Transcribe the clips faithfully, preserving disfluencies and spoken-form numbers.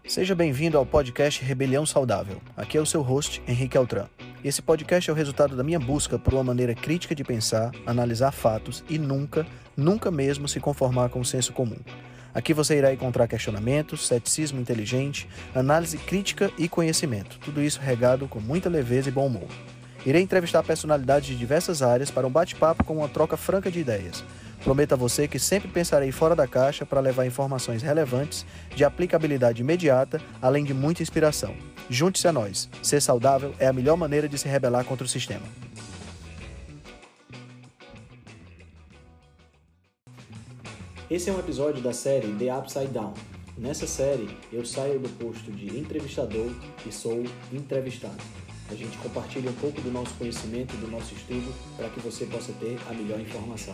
Seja bem-vindo ao podcast Rebelião Saudável. Aqui é o seu host, Henrique Altran. Esse podcast é o resultado da minha busca por uma maneira crítica de pensar, analisar fatos e nunca, nunca mesmo se conformar com o senso comum. Aqui você irá encontrar questionamentos, ceticismo inteligente, análise crítica e conhecimento. Tudo isso regado com muita leveza e bom humor. Irei entrevistar personalidades de diversas áreas para um bate-papo com uma troca franca de ideias. Prometo a você que sempre pensarei fora da caixa para levar informações relevantes, de aplicabilidade imediata, além de muita inspiração. Junte-se a nós. Ser saudável é a melhor maneira de se rebelar contra o sistema. Esse é um episódio da série The Upside Down. Nessa série, eu saio do posto de entrevistador e sou entrevistado. A gente compartilha um pouco do nosso conhecimento, do nosso estudo, para que você possa ter a melhor informação.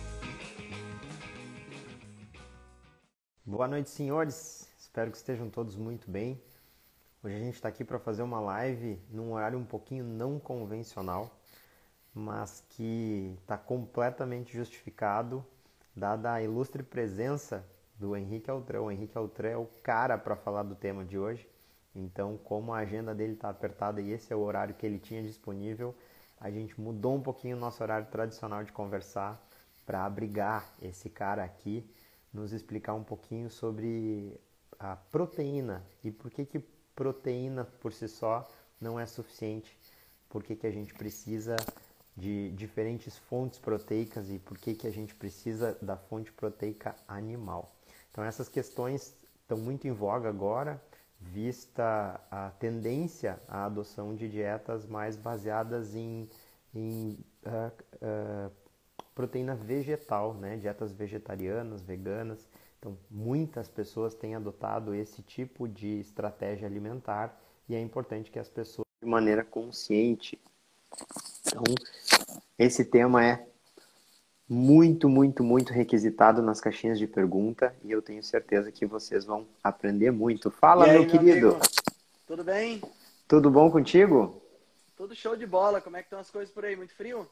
Boa noite, senhores. Espero que estejam todos muito bem. Hoje a gente está aqui para fazer uma live num horário um pouquinho não convencional, mas que está completamente justificado, dada a ilustre presença do Henrique Altran. O Henrique Altran é o cara para falar do tema de hoje. Então, como a agenda dele está apertada e esse é o horário que ele tinha disponível, a gente mudou um pouquinho o nosso horário tradicional de conversar para abrigar esse cara aqui, nos explicar um pouquinho sobre a proteína e por que que proteína por si só não é suficiente, por que que a gente precisa de diferentes fontes proteicas e por que que a gente precisa da fonte proteica animal. Então essas questões estão muito em voga agora, vista a tendência à adoção de dietas mais baseadas em, em uh, uh, proteína vegetal, né? Dietas vegetarianas, veganas. Então, muitas pessoas têm adotado esse tipo de estratégia alimentar e é importante que as pessoas, de maneira consciente. Então, esse tema é muito, muito, muito requisitado nas caixinhas de pergunta e eu tenho certeza que vocês vão aprender muito. Fala, E aí, meu querido! amigo? Tudo bem? Tudo bom contigo? Tudo show de bola. Como é que estão as coisas por aí? Muito frio?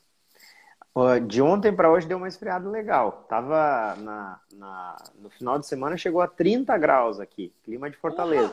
De ontem para hoje deu uma esfriada legal. Tava na, na, no final de semana chegou a trinta graus aqui, clima de Fortaleza.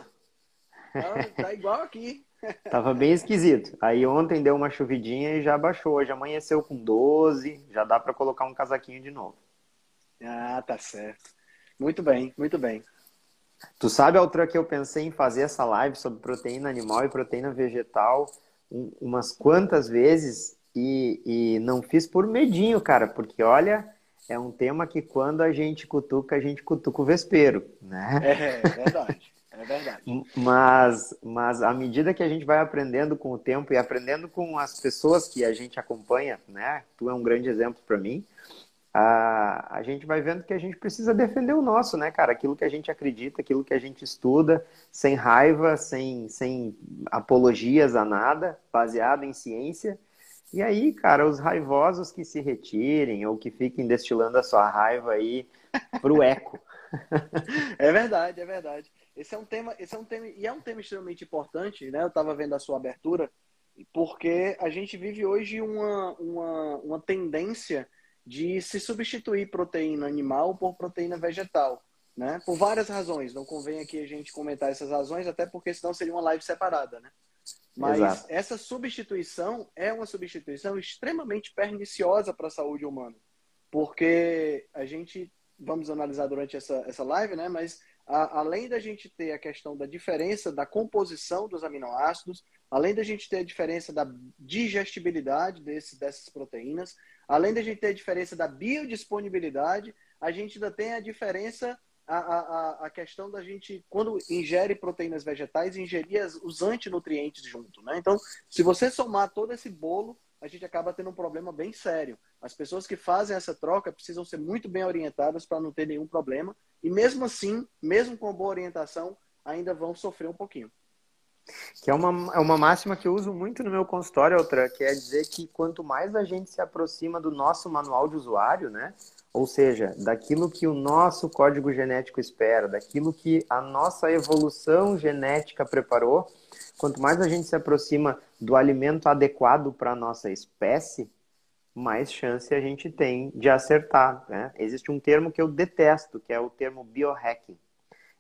Tá, tá igual aqui. Tava bem esquisito. Aí ontem deu uma chuvidinha e já baixou. Hoje amanheceu com doze, já dá para colocar um casaquinho de novo. Ah, tá certo. Muito bem, muito bem. Tu sabe, Altran, que eu pensei em fazer essa live sobre proteína animal e proteína vegetal um, umas quantas vezes e, e não fiz por medinho, cara, porque olha, é um tema que quando a gente cutuca, a gente cutuca o vespeiro, né? É, é verdade, é verdade. Mas, mas à medida que a gente vai aprendendo com o tempo e aprendendo com as pessoas que a gente acompanha, né? Tu é um grande exemplo para mim. A, a gente vai vendo que a gente precisa defender o nosso, né, cara? Aquilo que a gente acredita, aquilo que a gente estuda, sem raiva, sem, sem apologias a nada, baseado em ciência. E aí, cara, os raivosos que se retirem ou que fiquem destilando a sua raiva aí pro eco. É verdade, é verdade. Esse é um tema, esse é um tema, e é um tema extremamente importante, né? Eu estava vendo a sua abertura, porque a gente vive hoje uma, uma, uma tendência de se substituir proteína animal por proteína vegetal, né? Por várias razões. Não convém aqui a gente comentar essas razões, até porque senão seria uma live separada, né? Mas Exato. essa substituição é uma substituição extremamente perniciosa para a saúde humana, porque a gente, vamos analisar durante essa, essa live, né? Mas a, além da gente ter a questão da diferença da composição dos aminoácidos, além da gente ter a diferença da digestibilidade desse, dessas proteínas, além da gente ter a diferença da biodisponibilidade, a gente ainda tem a diferença, a, a, a questão da gente, quando ingere proteínas vegetais, ingerir as, os antinutrientes junto, né? Então, se você somar todo esse bolo, a gente acaba tendo um problema bem sério. As pessoas que fazem essa troca precisam ser muito bem orientadas para não ter nenhum problema. E mesmo assim, mesmo com boa orientação, ainda vão sofrer um pouquinho. Que é uma, é uma máxima que eu uso muito no meu consultório, Altran, que é dizer que quanto mais a gente se aproxima do nosso manual de usuário, né? Ou seja, daquilo que o nosso código genético espera, daquilo que a nossa evolução genética preparou, quanto mais a gente se aproxima do alimento adequado para a nossa espécie, mais chance a gente tem de acertar, né? Existe um termo que eu detesto, que é o termo biohacking.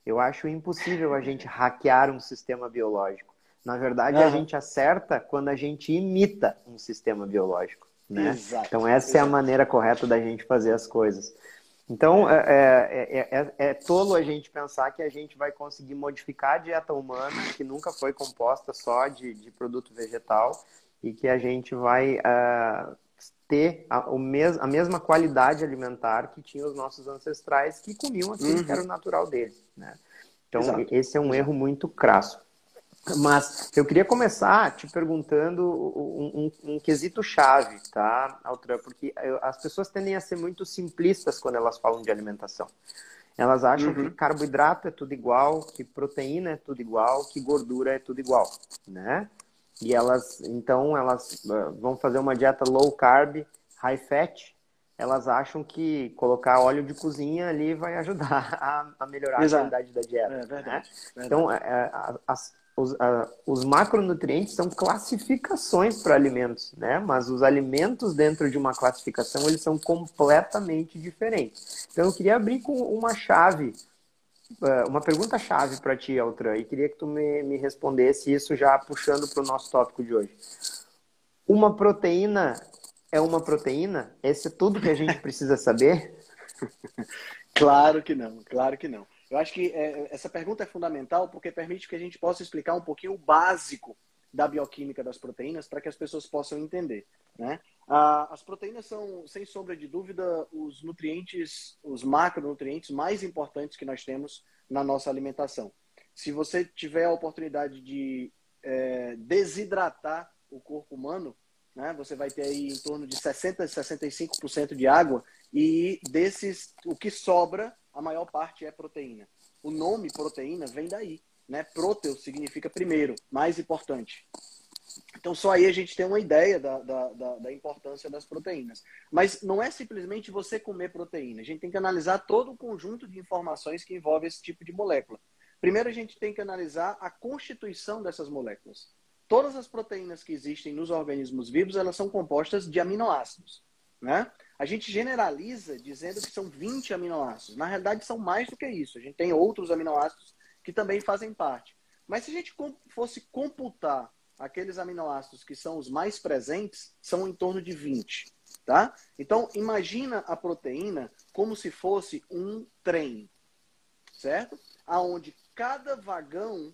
Eu acho impossível a gente hackear um sistema biológico. Na verdade, Uhum. a gente acerta quando a gente imita um sistema biológico, né? Exato. Então, essa Exato. é a maneira correta da gente fazer as coisas. Então, é, é, é, é, é tolo a gente pensar que a gente vai conseguir modificar a dieta humana, que nunca foi composta só de, de produto vegetal, e que a gente vai uh, ter a, o mes, a mesma qualidade alimentar que tinham os nossos ancestrais, que comiam aquilo Uhum. que era o natural deles, né? Então, Exato. esse é um Exato. erro muito crasso. Mas eu queria começar te perguntando um, um, um quesito chave, tá, Altran? Porque as pessoas tendem a ser muito simplistas quando elas falam de alimentação. Elas acham Uhum. que carboidrato é tudo igual, que proteína é tudo igual, que gordura é tudo igual, né? E elas, então, elas vão fazer uma dieta low carb, high fat. Elas acham que colocar óleo de cozinha ali vai ajudar a, a melhorar Exato. a qualidade da dieta, É verdade. né? Verdade. Então, é, as, os, a, os macronutrientes são classificações para alimentos, né? Mas os alimentos dentro de uma classificação, eles são completamente diferentes. Então, eu queria abrir com uma chave, uma pergunta-chave para ti, Altran, e queria que tu me, me respondesse isso já puxando para o nosso tópico de hoje. Uma proteína é uma proteína? Esse é tudo que a gente precisa saber? Claro que não, claro que não. Eu acho que é, essa pergunta é fundamental porque permite que a gente possa explicar um pouquinho o básico da bioquímica das proteínas para que as pessoas possam entender, né? Ah, as proteínas são, sem sombra de dúvida, os nutrientes, os macronutrientes mais importantes que nós temos na nossa alimentação. Se você tiver a oportunidade de é, desidratar o corpo humano, né, você vai ter aí em torno de sessenta a sessenta e cinco por cento de água e desses, o que sobra, a maior parte é proteína. O nome proteína vem daí, né? Proteo significa primeiro, mais importante. Então, só aí a gente tem uma ideia da, da, da, da importância das proteínas. Mas não é simplesmente você comer proteína. A gente tem que analisar todo o conjunto de informações que envolve esse tipo de molécula. Primeiro, a gente tem que analisar a constituição dessas moléculas. Todas as proteínas que existem nos organismos vivos, elas são compostas de aminoácidos, né? A gente generaliza dizendo que são vinte aminoácidos. Na realidade, são mais do que isso. A gente tem outros aminoácidos que também fazem parte. Mas se a gente fosse computar aqueles aminoácidos que são os mais presentes, são em torno de vinte, tá? Então, imagina a proteína como se fosse um trem, certo? Aonde cada vagão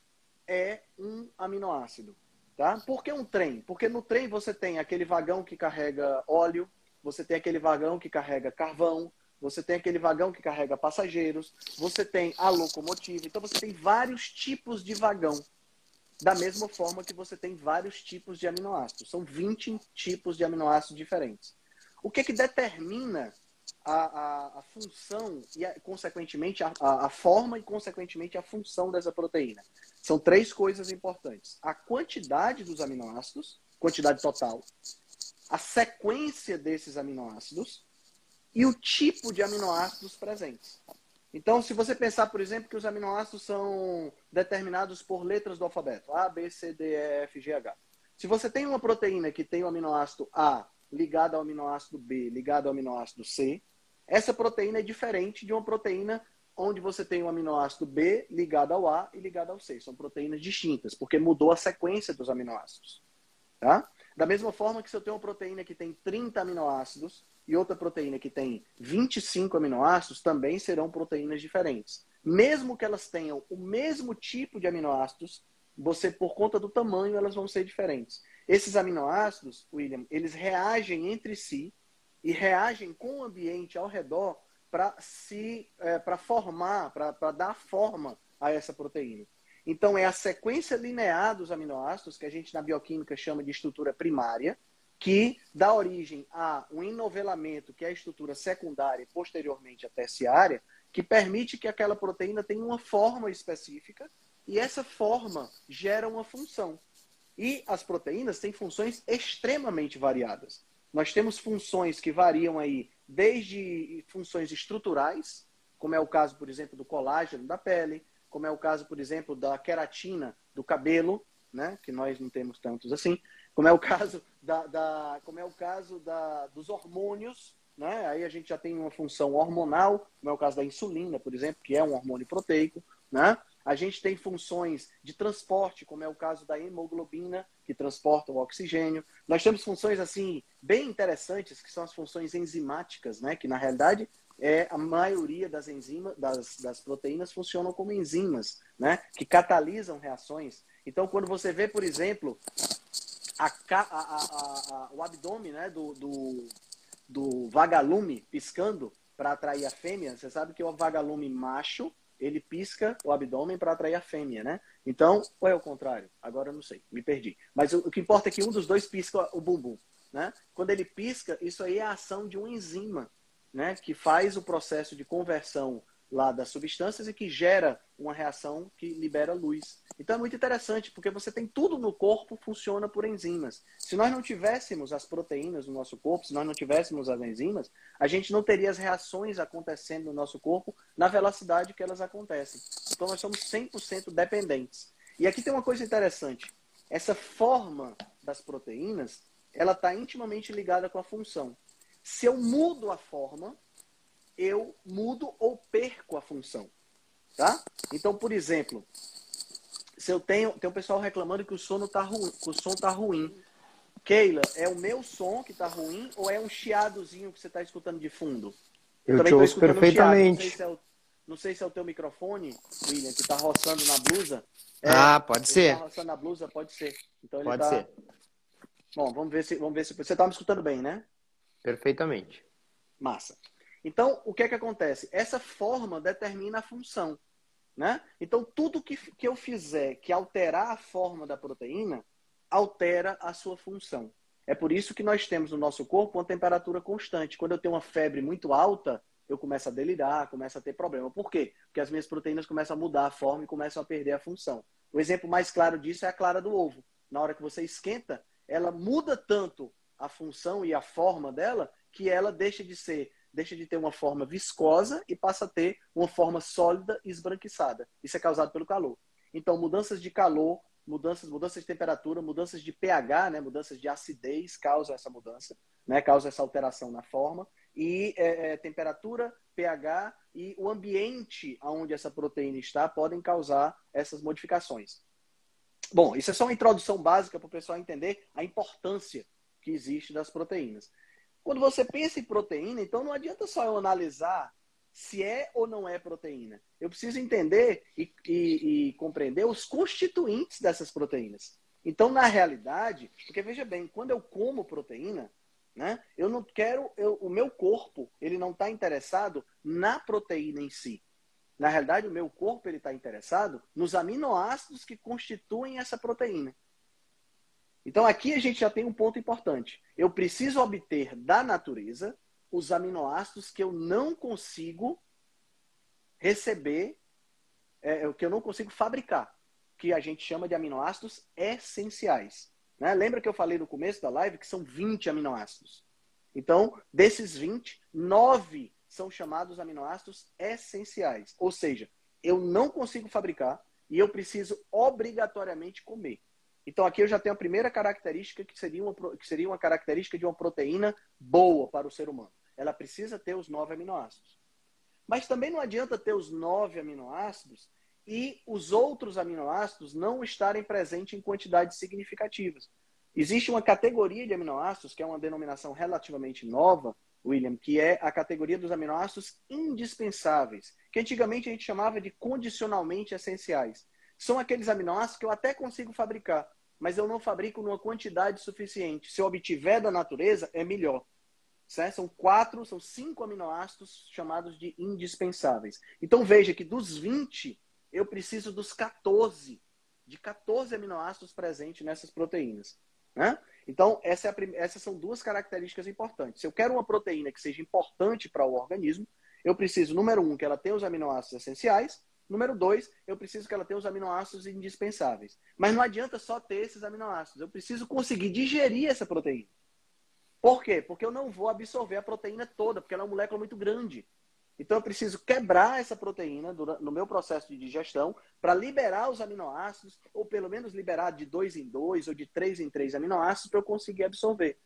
é um aminoácido, tá? Por que um trem? Porque no trem você tem aquele vagão que carrega óleo, você tem aquele vagão que carrega carvão, você tem aquele vagão que carrega passageiros, você tem a locomotiva. Então você tem vários tipos de vagão. Da mesma forma que você tem vários tipos de aminoácidos. São vinte tipos de aminoácidos diferentes. O que que determina a, a, a função e, a, consequentemente, a, a forma e, consequentemente, a função dessa proteína? São três coisas importantes. A quantidade dos aminoácidos, quantidade total, a sequência desses aminoácidos e o tipo de aminoácidos presentes. Então, se você pensar, por exemplo, que os aminoácidos são determinados por letras do alfabeto, A, B, C, D, E, F, G, H. Se você tem uma proteína que tem o aminoácido A ligado ao aminoácido B, ligado ao aminoácido C, essa proteína é diferente de uma proteína onde você tem o aminoácido B ligado ao A e ligado ao C. São proteínas distintas, porque mudou a sequência dos aminoácidos. Tá? Da mesma forma que se eu tenho uma proteína que tem trinta aminoácidos e outra proteína que tem vinte e cinco aminoácidos, também serão proteínas diferentes. Mesmo que elas tenham o mesmo tipo de aminoácidos, você, por conta do tamanho, elas vão ser diferentes. Esses aminoácidos, William, eles reagem entre si e reagem com o ambiente ao redor para se, é, para formar, para dar forma a essa proteína. Então, é a sequência linear dos aminoácidos, que a gente na bioquímica chama de estrutura primária, que dá origem a um enovelamento, que é a estrutura secundária e posteriormente a terciária, que permite que aquela proteína tenha uma forma específica e essa forma gera uma função. E as proteínas têm funções extremamente variadas. Nós temos funções que variam aí desde funções estruturais, como é o caso, por exemplo, do colágeno da pele, como é o caso, por exemplo, da queratina do cabelo, né? Que nós não temos tantos assim, como é o caso, da, da, como é o caso da, dos hormônios, né? Aí a gente já tem uma função hormonal, como é o caso da insulina, por exemplo, que é um hormônio proteico, né? A gente tem funções de transporte, como é o caso da hemoglobina, que transporta o oxigênio. Nós temos funções assim bem interessantes, que são as funções enzimáticas, né? Que na realidade é a maioria das enzimas, das, das proteínas funcionam como enzimas, né? Que catalisam reações. Então, quando você vê, por exemplo, a, a, a, a, o abdômen, né, do, do, do vagalume piscando para atrair a fêmea, você sabe que o vagalume macho, ele pisca o abdômen para atrair a fêmea, né? Então, ou é o contrário? Agora eu não sei, me perdi. Mas o, o que importa é que um dos dois pisca o bumbum, né? Quando ele pisca, isso aí é a ação de uma enzima, né? Que faz o processo de conversão lá das substâncias e que gera uma reação que libera luz. Então é muito interessante, porque você tem tudo no corpo funciona por enzimas. Se nós não tivéssemos as proteínas no nosso corpo, se nós não tivéssemos as enzimas, a gente não teria as reações acontecendo no nosso corpo na velocidade que elas acontecem. Então nós somos cem por cento dependentes. E aqui tem uma coisa interessante. Essa forma das proteínas, ela está intimamente ligada com a função. Se eu mudo a forma, eu mudo ou perco a função, tá? Então, por exemplo, se eu tenho, tem um pessoal reclamando que o som tá ruim, que o som tá ruim. Keila, é o meu som que tá ruim ou é um chiadozinho que você tá escutando de fundo? Eu, eu te ouço perfeitamente. Um não, sei se é o, não sei se é o teu microfone, William, que tá roçando na blusa. É, ah, pode ser. Tá roçando na blusa, pode ser. Então ele pode tá... ser. Bom, vamos ver se, vamos ver se você tá me escutando bem, né? Perfeitamente. Massa. Então, o que é que acontece? Essa forma determina a função, né? Então, tudo que, que eu fizer que alterar a forma da proteína, altera a sua função. É por isso que nós temos no nosso corpo uma temperatura constante. Quando eu tenho uma febre muito alta, eu começo a delirar, começo a ter problema. Por quê? Porque as minhas proteínas começam a mudar a forma e começam a perder a função. O exemplo mais claro disso é a clara do ovo. Na hora que você esquenta, ela muda tanto a função e a forma dela que ela deixa de ser deixa de ter uma forma viscosa e passa a ter uma forma sólida e esbranquiçada. Isso é causado pelo calor. Então, mudanças de calor, mudanças, mudanças de temperatura, mudanças de pH, né, mudanças de acidez causam essa mudança, né, causam essa alteração na forma. E é, é, temperatura, pH e o ambiente onde essa proteína está podem causar essas modificações. Bom, isso é só uma introdução básica para o pessoal entender a importância que existe das proteínas. Quando você pensa em proteína, então não adianta só eu analisar se é ou não é proteína. Eu preciso entender e, e, e compreender os constituintes dessas proteínas. Então, na realidade, porque veja bem, quando eu como proteína, né, eu não quero, eu, o meu corpo, ele não está interessado na proteína em si. Na realidade, o meu corpo ele está interessado nos aminoácidos que constituem essa proteína. Então, aqui a gente já tem um ponto importante. Eu preciso obter da natureza os aminoácidos que eu não consigo receber, é, que eu não consigo fabricar, que a gente chama de aminoácidos essenciais. Né? Lembra que eu falei no começo da live que são vinte aminoácidos? Então, desses vinte, nove são chamados aminoácidos essenciais. Ou seja, eu não consigo fabricar e eu preciso obrigatoriamente comer. Então, aqui eu já tenho a primeira característica, que seria, uma, que seria uma característica de uma proteína boa para o ser humano. Ela precisa ter os nove aminoácidos. Mas também não adianta ter os nove aminoácidos e os outros aminoácidos não estarem presentes em quantidades significativas. Existe uma categoria de aminoácidos, que é uma denominação relativamente nova, William, que é a categoria dos aminoácidos indispensáveis, que antigamente a gente chamava de condicionalmente essenciais. São aqueles aminoácidos que eu até consigo fabricar, mas eu não fabrico numa quantidade suficiente. Se eu obtiver da natureza, é melhor. Certo? São quatro, são cinco aminoácidos chamados de indispensáveis. Então veja que dos vinte, eu preciso dos quatorze, de quatorze aminoácidos presentes nessas proteínas. Né? Então, essa é a prim... essas são duas características importantes. Se eu quero uma proteína que seja importante para o organismo, eu preciso, número um, que ela tenha os aminoácidos essenciais. Número dois, eu preciso que ela tenha os aminoácidos indispensáveis. Mas não adianta só ter esses aminoácidos. Eu preciso conseguir digerir essa proteína. Por quê? Porque eu não vou absorver a proteína toda, porque ela é uma molécula muito grande. Então eu preciso quebrar essa proteína no meu processo de digestão para liberar os aminoácidos, ou pelo menos liberar de dois em dois ou de três em três aminoácidos para eu conseguir absorver.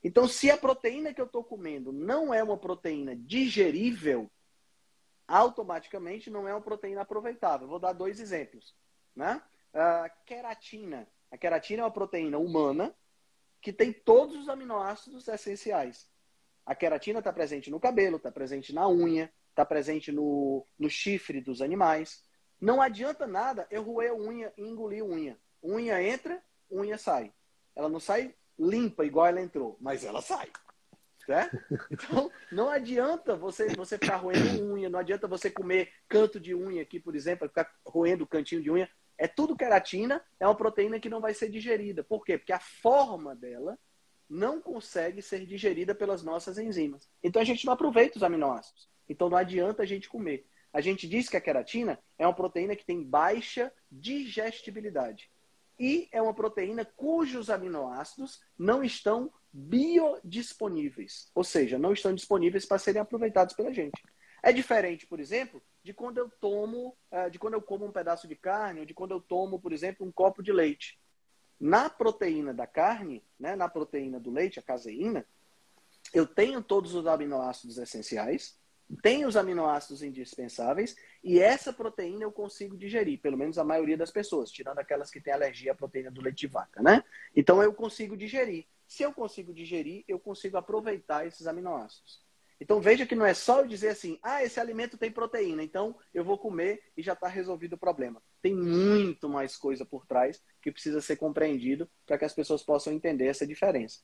Então, se a proteína que eu estou comendo não é uma proteína digerível, automaticamente não é uma proteína aproveitável. Vou dar dois exemplos. Né? A queratina. A queratina é uma proteína humana que tem todos os aminoácidos essenciais. A queratina está presente no cabelo, está presente na unha, está presente no, no chifre dos animais. Não adianta nada eu roer a unha e engolir a unha. Unha entra, unha sai. Ela não sai limpa igual ela entrou, mas ela sai. Certo? Então, não adianta você, você ficar roendo unha, não adianta você comer canto de unha aqui, por exemplo, ficar roendo o cantinho de unha. É tudo queratina, é uma proteína que não vai ser digerida. Por quê? Porque a forma dela não consegue ser digerida pelas nossas enzimas. Então a gente não aproveita os aminoácidos. Então não adianta a gente comer. A gente diz que a queratina é uma proteína que tem baixa digestibilidade. E é uma proteína cujos aminoácidos não estão biodisponíveis. Ou seja, não estão disponíveis para serem aproveitados pela gente. É diferente, por exemplo, de quando eu tomo, de quando eu como um pedaço de carne, ou de quando eu tomo, por exemplo, um copo de leite. Na proteína da carne, né, na proteína do leite, a caseína, eu tenho todos os aminoácidos essenciais, tenho os aminoácidos indispensáveis, e essa proteína eu consigo digerir, pelo menos a maioria das pessoas, tirando aquelas que têm alergia à proteína do leite de vaca, né? Então eu consigo digerir. Se eu consigo digerir, eu consigo aproveitar esses aminoácidos. Então veja que não é só eu dizer assim, ah, esse alimento tem proteína, então eu vou comer e já está resolvido o problema. Tem muito mais coisa por trás que precisa ser compreendido para que as pessoas possam entender essa diferença.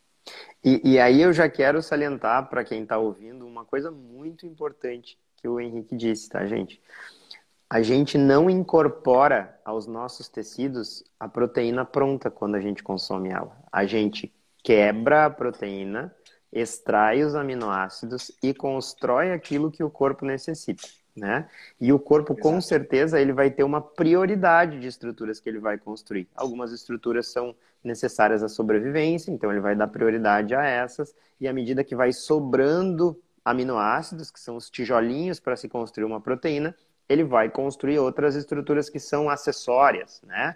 E, e aí eu já quero salientar para quem está ouvindo uma coisa muito importante que o Henrique disse, tá, gente? A gente não incorpora aos nossos tecidos a proteína pronta quando a gente consome ela. A gente quebra a proteína, extrai os aminoácidos e constrói aquilo que o corpo necessita, né? E o corpo, com Exato. certeza, ele vai ter uma prioridade de estruturas que ele vai construir. Algumas estruturas são necessárias à sobrevivência, então ele vai dar prioridade a essas, e à medida que vai sobrando aminoácidos, que são os tijolinhos para se construir uma proteína, ele vai construir outras estruturas que são acessórias, né?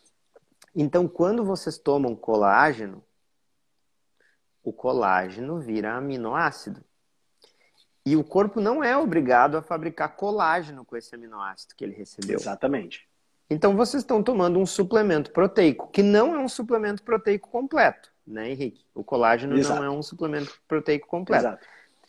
Então, quando vocês tomam colágeno, o colágeno vira aminoácido. E o corpo não é obrigado a fabricar colágeno com esse aminoácido que ele recebeu. Exatamente. Então, vocês estão tomando um suplemento proteico, que não é um suplemento proteico completo, né, Henrique? O colágeno Exato. não é um suplemento proteico completo. Exato.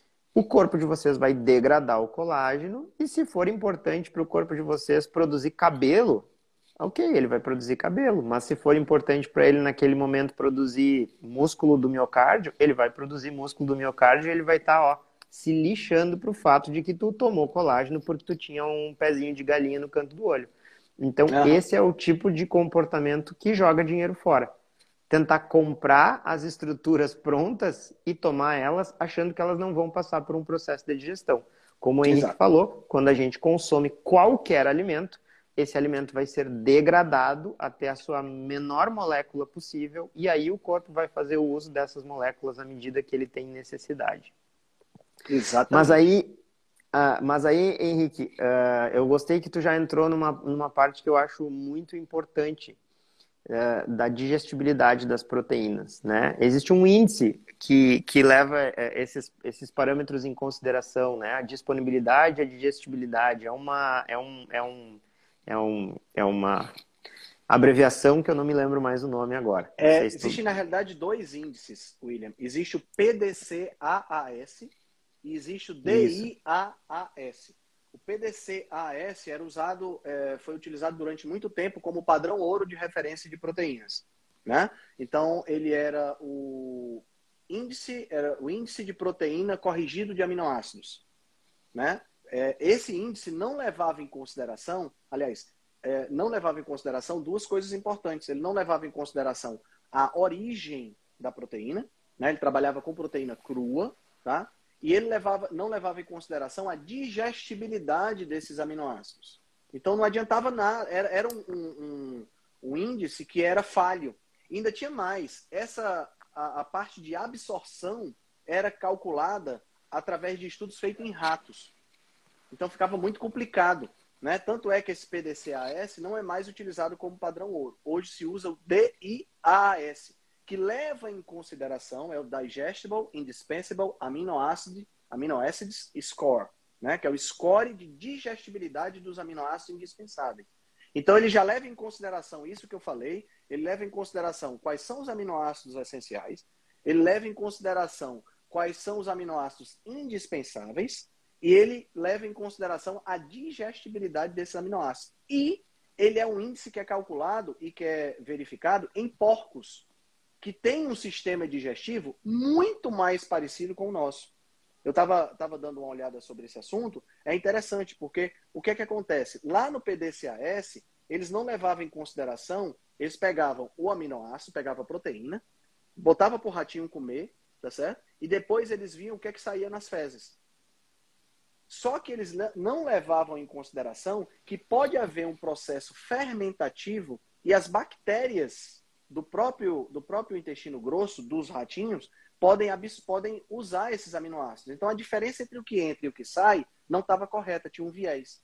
O corpo de vocês vai degradar o colágeno e, se for importante para o corpo de vocês produzir cabelo, ok, ele vai produzir cabelo. Mas se for importante para ele naquele momento produzir músculo do miocárdio, ele vai produzir músculo do miocárdio e ele vai estar, ó, se lixando pro fato de que tu tomou colágeno porque tu tinha um pezinho de galinha no canto do olho. Então, Uhum. esse é o tipo de comportamento que joga dinheiro fora. Tentar comprar as estruturas prontas e tomar elas achando que elas não vão passar por um processo de digestão. Como o Henrique Exato. falou, quando a gente consome qualquer alimento, esse alimento vai ser degradado até a sua menor molécula possível e aí o corpo vai fazer o uso dessas moléculas à medida que ele tem necessidade. Exatamente. Mas aí, uh, mas aí Henrique, uh, eu gostei que tu já entrou numa, numa parte que eu acho muito importante, uh, da digestibilidade das proteínas, né? Existe um índice que, que leva uh, esses, esses parâmetros em consideração, né? A disponibilidade e a digestibilidade. É uma, é um, é um, é um, é uma abreviação que eu não me lembro mais o nome agora. É, Vocês Existem, tu... na realidade, dois índices, William. Existe o P D C A A S e existe o D I A A S. O P D C A A S era usado, é, foi utilizado durante muito tempo como padrão ouro de referência de proteínas, né? Então, ele era o índice, era o índice de proteína corrigido de aminoácidos, né? É, esse índice não levava em consideração, aliás, é, não levava em consideração duas coisas importantes. Ele não levava em consideração a origem da proteína, né? Ele trabalhava com proteína crua, tá? E ele levava, não levava em consideração a digestibilidade desses aminoácidos. Então não adiantava nada, era, era um, um, um índice que era falho. E ainda tinha mais, essa, a, a parte de absorção era calculada através de estudos feitos em ratos. Então ficava muito complicado, né? Tanto é que esse P D C A S não é mais utilizado como padrão ouro. Hoje se usa o D I A A S, que leva em consideração é o Digestible Indispensable Amino, Acid, Amino Acids Score, né? Que é o score de digestibilidade dos aminoácidos indispensáveis. Então, ele já leva em consideração isso que eu falei, ele leva em consideração quais são os aminoácidos essenciais, ele leva em consideração quais são os aminoácidos indispensáveis e ele leva em consideração a digestibilidade desses aminoácidos. E ele é um índice que é calculado e que é verificado em porcos, que tem um sistema digestivo muito mais parecido com o nosso. Eu estava tava dando uma olhada sobre esse assunto. É interessante, porque o que é que acontece? Lá no P D C A S, eles não levavam em consideração, eles pegavam o aminoácido, pegavam a proteína, botavam para o ratinho comer, tá certo? E depois eles viam o que é que saía nas fezes. Só que eles não levavam em consideração que pode haver um processo fermentativo e as bactérias do próprio, do próprio intestino grosso, dos ratinhos, podem, podem usar esses aminoácidos. Então, a diferença entre o que entra e o que sai não estava correta, tinha um viés.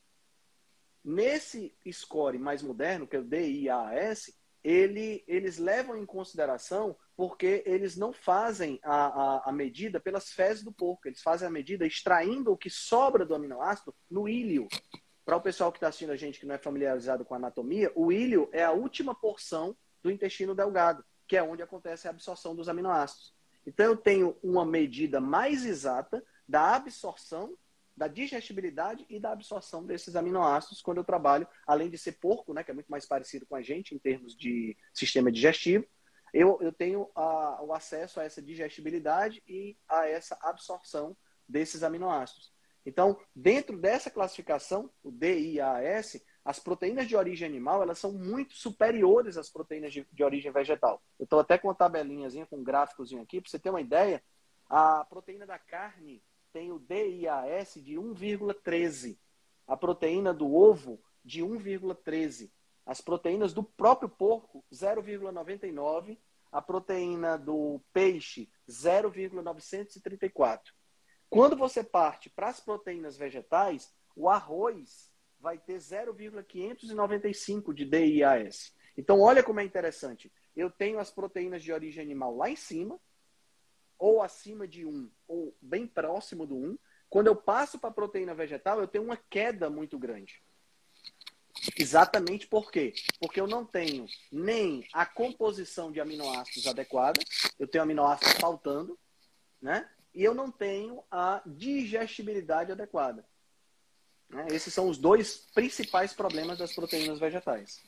Nesse score mais moderno, que é o D I A S, ele, eles levam em consideração porque eles não fazem a, a, a medida pelas fezes do porco, eles fazem a medida extraindo o que sobra do aminoácido no íleo. Para o pessoal que está assistindo a gente que não é familiarizado com a anatomia, o íleo é a última porção do intestino delgado, que é onde acontece a absorção dos aminoácidos. Então, eu tenho uma medida mais exata da absorção, da digestibilidade e da absorção desses aminoácidos quando eu trabalho, além de ser porco, né, que é muito mais parecido com a gente em termos de sistema digestivo, eu, eu tenho a, o acesso a essa digestibilidade e a essa absorção desses aminoácidos. Então, dentro dessa classificação, o D I A S, as proteínas de origem animal, elas são muito superiores às proteínas de, de origem vegetal. Eu estou até com uma tabelinhazinha, com um gráficozinho aqui, para você ter uma ideia. A proteína da carne tem o D I A S de um vírgula treze. A proteína do ovo, de um vírgula treze. As proteínas do próprio porco, zero vírgula noventa e nove. A proteína do peixe, zero vírgula novecentos e trinta e quatro. Quando você parte para as proteínas vegetais, o arroz vai ter zero vírgula quinhentos e noventa e cinco de D I A S. Então, olha como é interessante. Eu tenho as proteínas de origem animal lá em cima, ou acima de um, ou bem próximo do um. Quando eu passo para a proteína vegetal, eu tenho uma queda muito grande. Exatamente por quê? Porque eu não tenho nem a composição de aminoácidos adequada, eu tenho aminoácidos faltando, né? E eu não tenho a digestibilidade adequada. Né? Esses são os dois principais problemas das proteínas vegetais.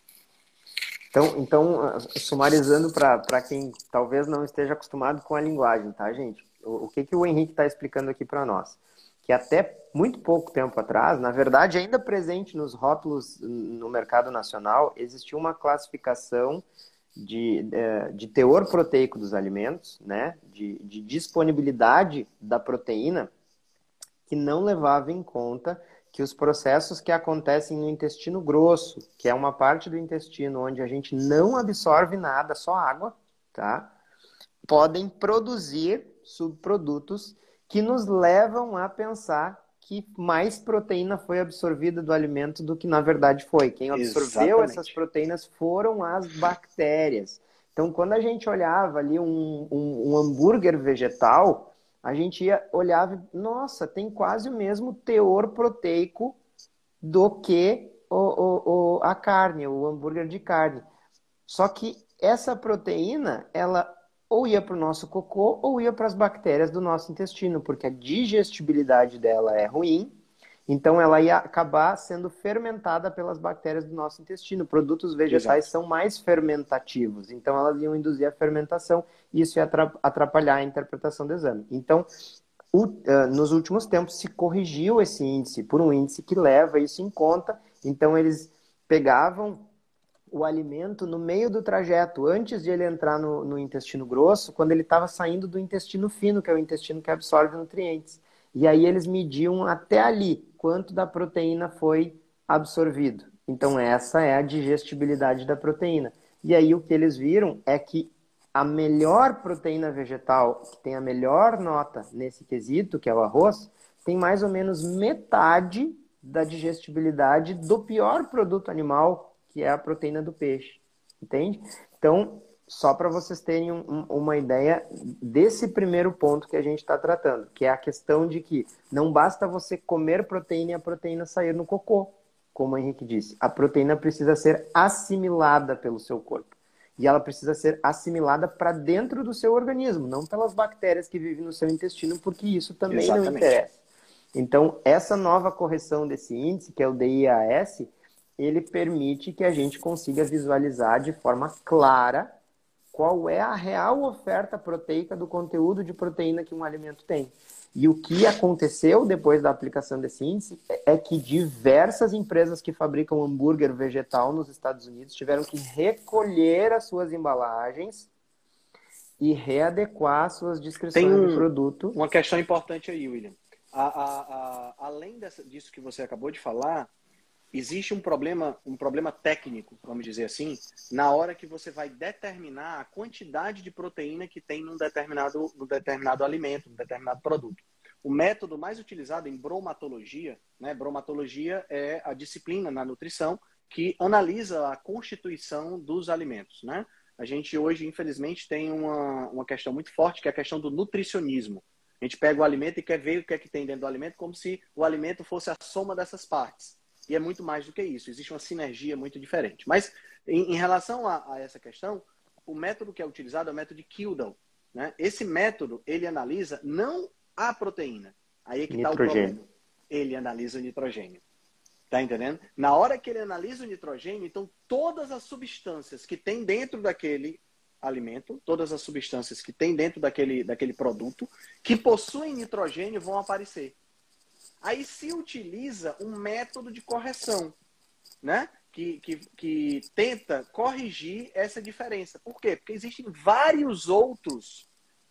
Então, então sumarizando para quem talvez não esteja acostumado com a linguagem, tá, gente? O, o que, que o Henrique está explicando aqui para nós? Que até muito pouco tempo atrás, na verdade, ainda presente nos rótulos no mercado nacional, existia uma classificação de, de teor proteico dos alimentos, né? de, de disponibilidade da proteína, que não levava em conta que os processos que acontecem no intestino grosso, que é uma parte do intestino onde a gente não absorve nada, só água, tá? Podem produzir subprodutos que nos levam a pensar que mais proteína foi absorvida do alimento do que na verdade foi. Quem absorveu Exatamente. Essas proteínas foram as bactérias. Então, quando a gente olhava ali um, um, um hambúrguer vegetal, a gente ia, olhava e, nossa, tem quase o mesmo teor proteico do que o, o, o, a carne, o hambúrguer de carne. Só que essa proteína, ela ou ia para o nosso cocô ou ia para as bactérias do nosso intestino, porque a digestibilidade dela é ruim, então ela ia acabar sendo fermentada pelas bactérias do nosso intestino. Produtos vegetais Exato. São mais fermentativos, então elas iam induzir a fermentação e isso ia atrapalhar a interpretação do exame. Então, o, uh, nos últimos tempos se corrigiu esse índice por um índice que leva isso em conta, então eles pegavam o alimento no meio do trajeto, antes de ele entrar no, no intestino grosso, quando ele estava saindo do intestino fino, que é o intestino que absorve nutrientes. E aí eles mediam até ali quanto da proteína foi absorvido. Então essa é a digestibilidade da proteína. E aí o que eles viram é que a melhor proteína vegetal, que tem a melhor nota nesse quesito, que é o arroz, tem mais ou menos metade da digestibilidade do pior produto animal, que é a proteína do peixe, entende? Então, só para vocês terem um, um, uma ideia desse primeiro ponto que a gente está tratando, que é a questão de que não basta você comer proteína e a proteína sair no cocô, como o Henrique disse. A proteína precisa ser assimilada pelo seu corpo. E ela precisa ser assimilada para dentro do seu organismo, não pelas bactérias que vivem no seu intestino, porque isso também Exatamente. Não interessa. Então, essa nova correção desse índice, que é o D I A S, ele permite que a gente consiga visualizar de forma clara qual é a real oferta proteica do conteúdo de proteína que um alimento tem. E o que aconteceu depois da aplicação desse índice é que diversas empresas que fabricam hambúrguer vegetal nos Estados Unidos tiveram que recolher as suas embalagens e readequar as suas descrições Tem um, de produto. Uma questão importante aí, William. A, a, a, além dessa, disso que você acabou de falar, existe um problema, um problema técnico, vamos dizer assim, na hora que você vai determinar a quantidade de proteína que tem num determinado, num determinado alimento, num determinado produto. O método mais utilizado em bromatologia, né? Bromatologia é a disciplina na nutrição que analisa a constituição dos alimentos, né? A gente hoje, infelizmente, tem uma, uma questão muito forte, que é a questão do nutricionismo. A gente pega o alimento e quer ver o que é que tem dentro do alimento, como se o alimento fosse a soma dessas partes. E é muito mais do que isso. Existe uma sinergia muito diferente. Mas, em, em relação a, a essa questão, o método que é utilizado é o método de Kildall, né? Esse método, ele analisa não a proteína. Aí é que está o problema. Ele analisa o nitrogênio. Tá entendendo? Na hora que ele analisa o nitrogênio, então todas as substâncias que tem dentro daquele alimento, todas as substâncias que tem dentro daquele, daquele produto, que possuem nitrogênio, vão aparecer. Aí se utiliza um método de correção, né? Que, que, que tenta corrigir essa diferença. Por quê? Porque existem vários outros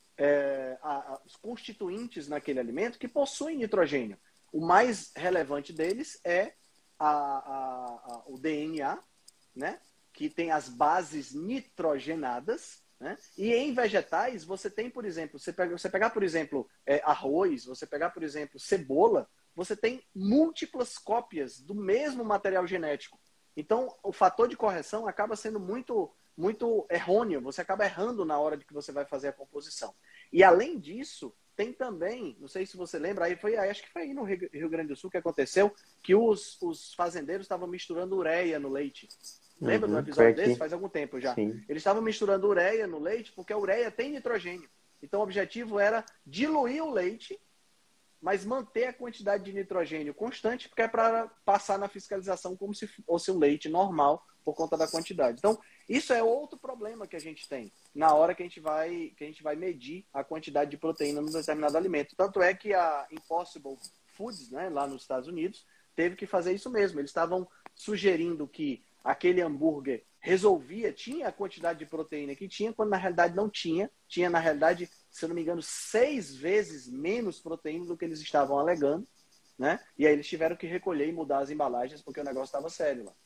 é, a, a, constituintes naquele alimento que possuem nitrogênio. O mais relevante deles é a, a, a, o D N A, né? Que tem as bases nitrogenadas, né? E em vegetais você tem, por exemplo, você, pega, você pegar, por exemplo, é, arroz, você pegar, por exemplo, cebola, você tem múltiplas cópias do mesmo material genético. Então, o fator de correção acaba sendo muito, muito errôneo. Você acaba errando na hora de que você vai fazer a composição. E, além disso, tem também, não sei se você lembra, aí foi, acho que foi aí no Rio Grande do Sul que aconteceu, que os, os fazendeiros estavam misturando ureia no leite. Lembra uhum, de um episódio desse? Faz algum tempo já. Sim. Eles estavam misturando ureia no leite porque a ureia tem nitrogênio. Então, o objetivo era diluir o leite, mas manter a quantidade de nitrogênio constante, porque é para passar na fiscalização como se fosse um leite normal por conta da quantidade. Então, isso é outro problema que a gente tem na hora que a gente vai, que a gente vai medir a quantidade de proteína num determinado alimento. Tanto é que a Impossible Foods, né, lá nos Estados Unidos, teve que fazer isso mesmo. Eles estavam sugerindo que aquele hambúrguer resolvia, tinha a quantidade de proteína que tinha, quando na realidade não tinha. Tinha, na realidade, se eu não me engano, seis vezes menos proteína do que eles estavam alegando, né? E aí eles tiveram que recolher e mudar as embalagens porque o negócio estava sério lá.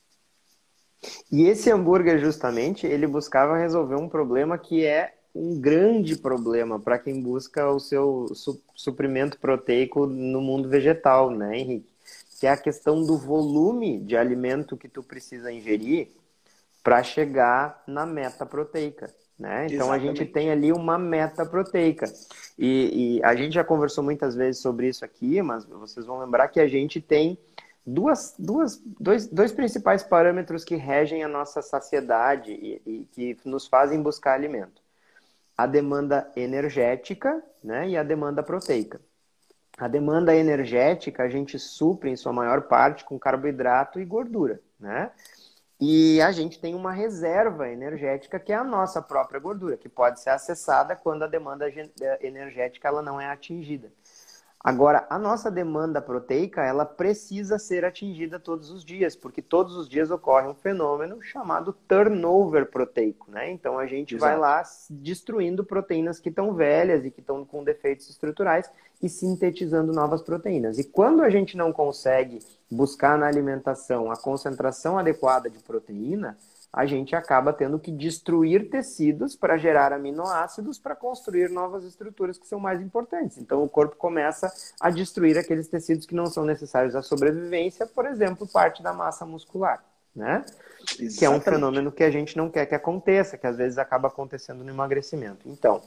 E esse hambúrguer, justamente, ele buscava resolver um problema que é um grande problema para quem busca o seu su- suprimento proteico no mundo vegetal, né, Henrique? Que é a questão do volume de alimento que tu precisa ingerir para chegar na meta proteica, né? Então, Exatamente. A gente tem ali uma meta proteica. E, e a gente já conversou muitas vezes sobre isso aqui, mas vocês vão lembrar que a gente tem duas, duas, dois, dois principais parâmetros que regem a nossa saciedade e, e que nos fazem buscar alimento. A demanda energética, né, e a demanda proteica. A demanda energética a gente supre em sua maior parte com carboidrato e gordura, né? E a gente tem uma reserva energética que é a nossa própria gordura, que pode ser acessada quando a demanda energética ela não é atingida. Agora, a nossa demanda proteica, ela precisa ser atingida todos os dias, porque todos os dias ocorre um fenômeno chamado turnover proteico, né? Então, a gente Exato. Vai lá destruindo proteínas que estão velhas e que estão com defeitos estruturais e sintetizando novas proteínas. E quando a gente não consegue buscar na alimentação a concentração adequada de proteína, a gente acaba tendo que destruir tecidos para gerar aminoácidos para construir novas estruturas que são mais importantes. Então, o corpo começa a destruir aqueles tecidos que não são necessários à sobrevivência, por exemplo, parte da massa muscular. né? Exatamente. Que é um fenômeno que a gente não quer que aconteça, que às vezes acaba acontecendo no emagrecimento. Então,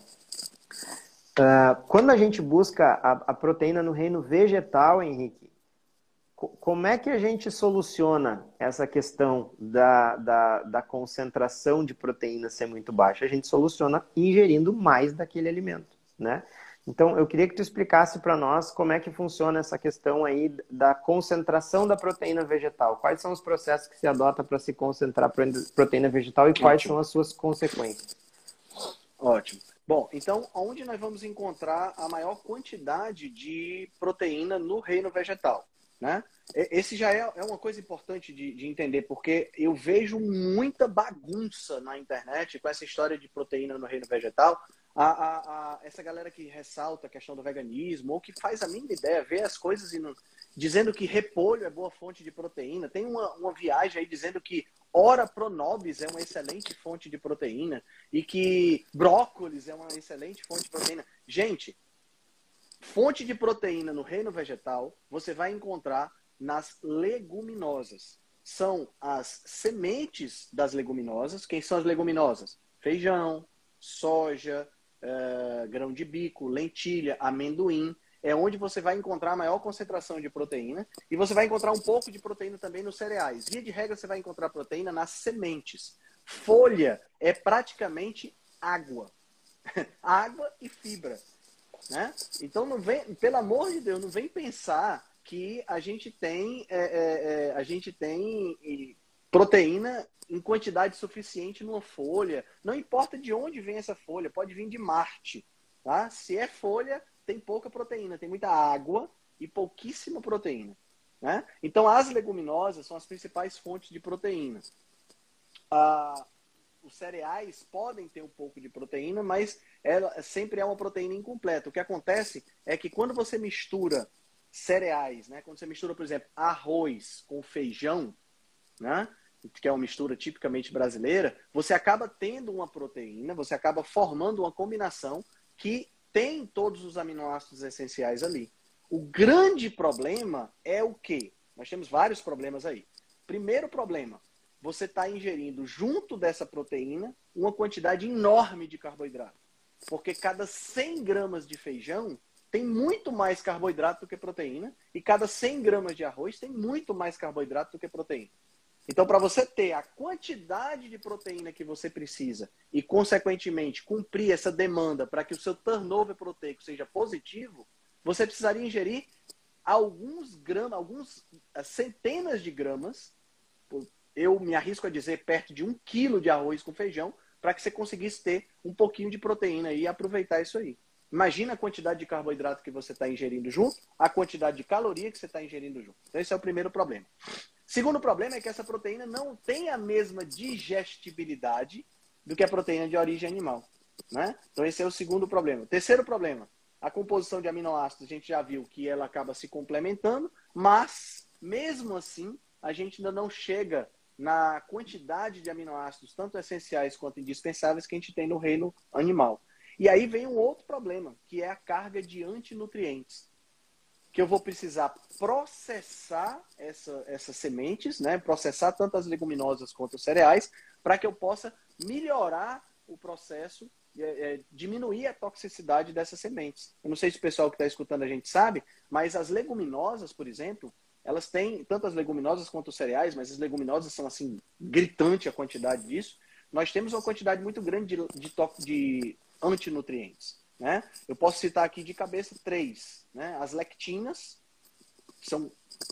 uh, quando a gente busca a, a proteína no reino vegetal, Henrique, co como é que a gente soluciona essa questão da, da, da concentração de proteína ser muito baixa? A gente soluciona ingerindo mais daquele alimento, né? Então, eu queria que tu explicasse para nós como é que funciona essa questão aí da concentração da proteína vegetal. Quais são os processos que se adota para se concentrar proteína vegetal e quais Ótimo. São as suas consequências? Ótimo. Bom, então, onde nós vamos encontrar a maior quantidade de proteína no reino vegetal, né? Esse já é, é uma coisa importante de, de entender, porque eu vejo muita bagunça na internet com essa história de proteína no reino vegetal. A, a, a, essa galera que ressalta a questão do veganismo, ou que faz a mínima ideia, vê as coisas e não, dizendo que repolho é boa fonte de proteína. Tem uma, uma viagem aí dizendo que ora pronobis é uma excelente fonte de proteína e que brócolis é uma excelente fonte de proteína. Gente, fonte de proteína no reino vegetal você vai encontrar nas leguminosas. São as sementes das leguminosas. Quem são as leguminosas? Feijão, soja, Uh, grão de bico, lentilha, amendoim, é onde você vai encontrar a maior concentração de proteína e você vai encontrar um pouco de proteína também nos cereais. Via de regra, você vai encontrar proteína nas sementes. Folha é praticamente água. Água e fibra, né? Então, não vem, pelo amor de Deus, não vem pensar que a gente tem, é, é, é, a gente tem proteína em quantidade suficiente numa folha. Não importa de onde vem essa folha, pode vir de Marte, tá? Se é folha, tem pouca proteína, tem muita água e pouquíssima proteína, né? Então, as leguminosas são as principais fontes de proteína. Ah, os cereais podem ter um pouco de proteína, mas ela sempre é uma proteína incompleta. O que acontece é que quando você mistura cereais, né? Quando você mistura, por exemplo, arroz com feijão, né? Que é uma mistura tipicamente brasileira, você acaba tendo uma proteína, você acaba formando uma combinação que tem todos os aminoácidos essenciais ali. O grande problema é o quê? Nós temos vários problemas aí. Primeiro problema, você está ingerindo junto dessa proteína uma quantidade enorme de carboidrato. Porque cada cem gramas de feijão tem muito mais carboidrato do que proteína e cada cem gramas de arroz tem muito mais carboidrato do que proteína. Então, para você ter a quantidade de proteína que você precisa e, consequentemente, cumprir essa demanda para que o seu turnover proteico seja positivo, você precisaria ingerir alguns gramas, alguns centenas de gramas, eu me arrisco a dizer perto de um quilo de arroz com feijão, para que você conseguisse ter um pouquinho de proteína e aproveitar isso aí. Imagina a quantidade de carboidrato que você está ingerindo junto, a quantidade de caloria que você está ingerindo junto. Então, esse é o primeiro problema. Segundo problema é que essa proteína não tem a mesma digestibilidade do que a proteína de origem animal, né? Então esse é o segundo problema. Terceiro problema, a composição de aminoácidos, a gente já viu que ela acaba se complementando, mas mesmo assim a gente ainda não chega na quantidade de aminoácidos, tanto essenciais quanto indispensáveis, que a gente tem no reino animal. E aí vem um outro problema, que é a carga de antinutrientes. Que eu vou precisar processar essa, essas sementes, né? Processar tanto as leguminosas quanto os cereais, para que eu possa melhorar o processo, é, é, diminuir a toxicidade dessas sementes. Eu não sei se o pessoal que está escutando a gente sabe, mas as leguminosas, por exemplo, elas têm, tanto as leguminosas quanto os cereais, mas as leguminosas são assim, gritante a quantidade disso. Nós temos uma quantidade muito grande de, de, de antinutrientes. Né? Eu posso citar aqui de cabeça três. Né? As lectinas são,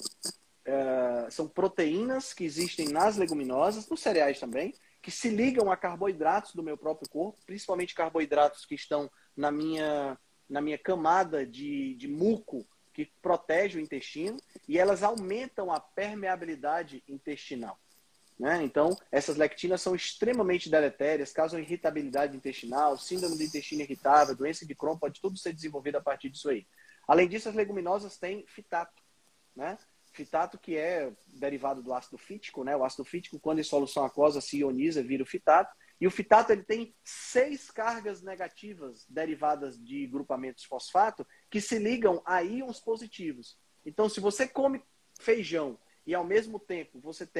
é, são proteínas que existem nas leguminosas, nos cereais também, que se ligam a carboidratos do meu próprio corpo, principalmente carboidratos que estão na minha, na minha camada de, de muco que protege o intestino, e elas aumentam a permeabilidade intestinal. Né? Então, essas lectinas são extremamente deletérias, causam irritabilidade intestinal, síndrome do intestino irritável, doença de Crohn, pode tudo ser desenvolvido a partir disso aí. Além disso, as leguminosas têm fitato, né? Fitato que é derivado do ácido fítico, né? O ácido fítico, quando em solução aquosa, se ioniza, vira o fitato. E o fitato ele tem seis cargas negativas derivadas de grupamentos fosfato que se ligam a íons positivos. Então, se você come feijão e, ao mesmo tempo, você tem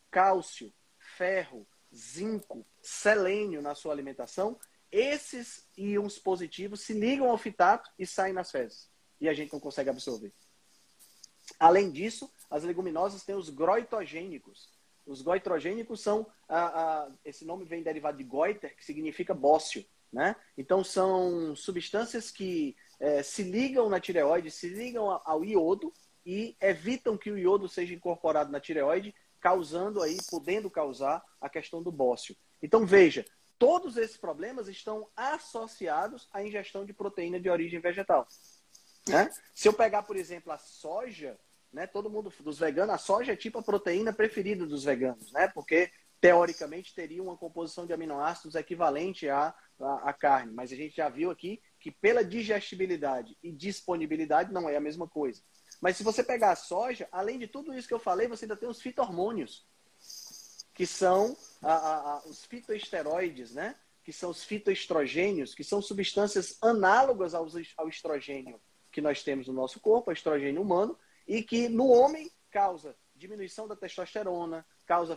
cálcio, ferro, zinco, selênio na sua alimentação, esses íons positivos se ligam ao fitato e saem nas fezes. E a gente não consegue absorver. Além disso, as leguminosas têm os goitrogênicos. Os goitrogênicos são, ah, ah, esse nome vem derivado de goiter, que significa bócio, né? Então são substâncias que eh, se ligam na tireoide, se ligam ao iodo e evitam que o iodo seja incorporado na tireoide, causando aí, podendo causar a questão do bócio. Então veja, todos esses problemas estão associados à ingestão de proteína de origem vegetal. Né? Se eu pegar, por exemplo, a soja, né, todo mundo dos veganos, a soja é tipo a proteína preferida dos veganos, né? Porque teoricamente teria uma composição de aminoácidos equivalente à, à, à carne, mas a gente já viu aqui que pela digestibilidade e disponibilidade não é a mesma coisa. Mas se você pegar a soja, além de tudo isso que eu falei, você ainda tem os fito-hormônios, que são a, a, a, os fitoesteroides, né? Que são os fitoestrogênios, que são substâncias análogas aos, ao estrogênio que nós temos no nosso corpo, o estrogênio humano, e que no homem causa diminuição da testosterona, causa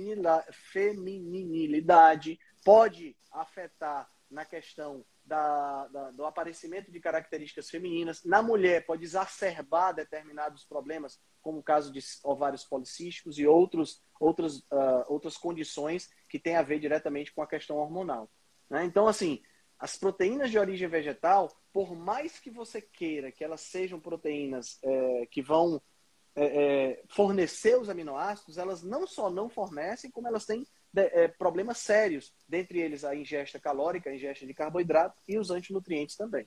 femininilidade, pode afetar na questão da, da, do aparecimento de características femininas. Na mulher pode exacerbar determinados problemas, como o caso de ovários policísticos e outros, outros, uh, outras condições que têm a ver diretamente com a questão hormonal. Né? Então, assim, as proteínas de origem vegetal, por mais que você queira que elas sejam proteínas é, que vão é, é, fornecer os aminoácidos, elas não só não fornecem, como elas têm é, problemas sérios, dentre eles a ingesta calórica, a ingesta de carboidrato e os antinutrientes também.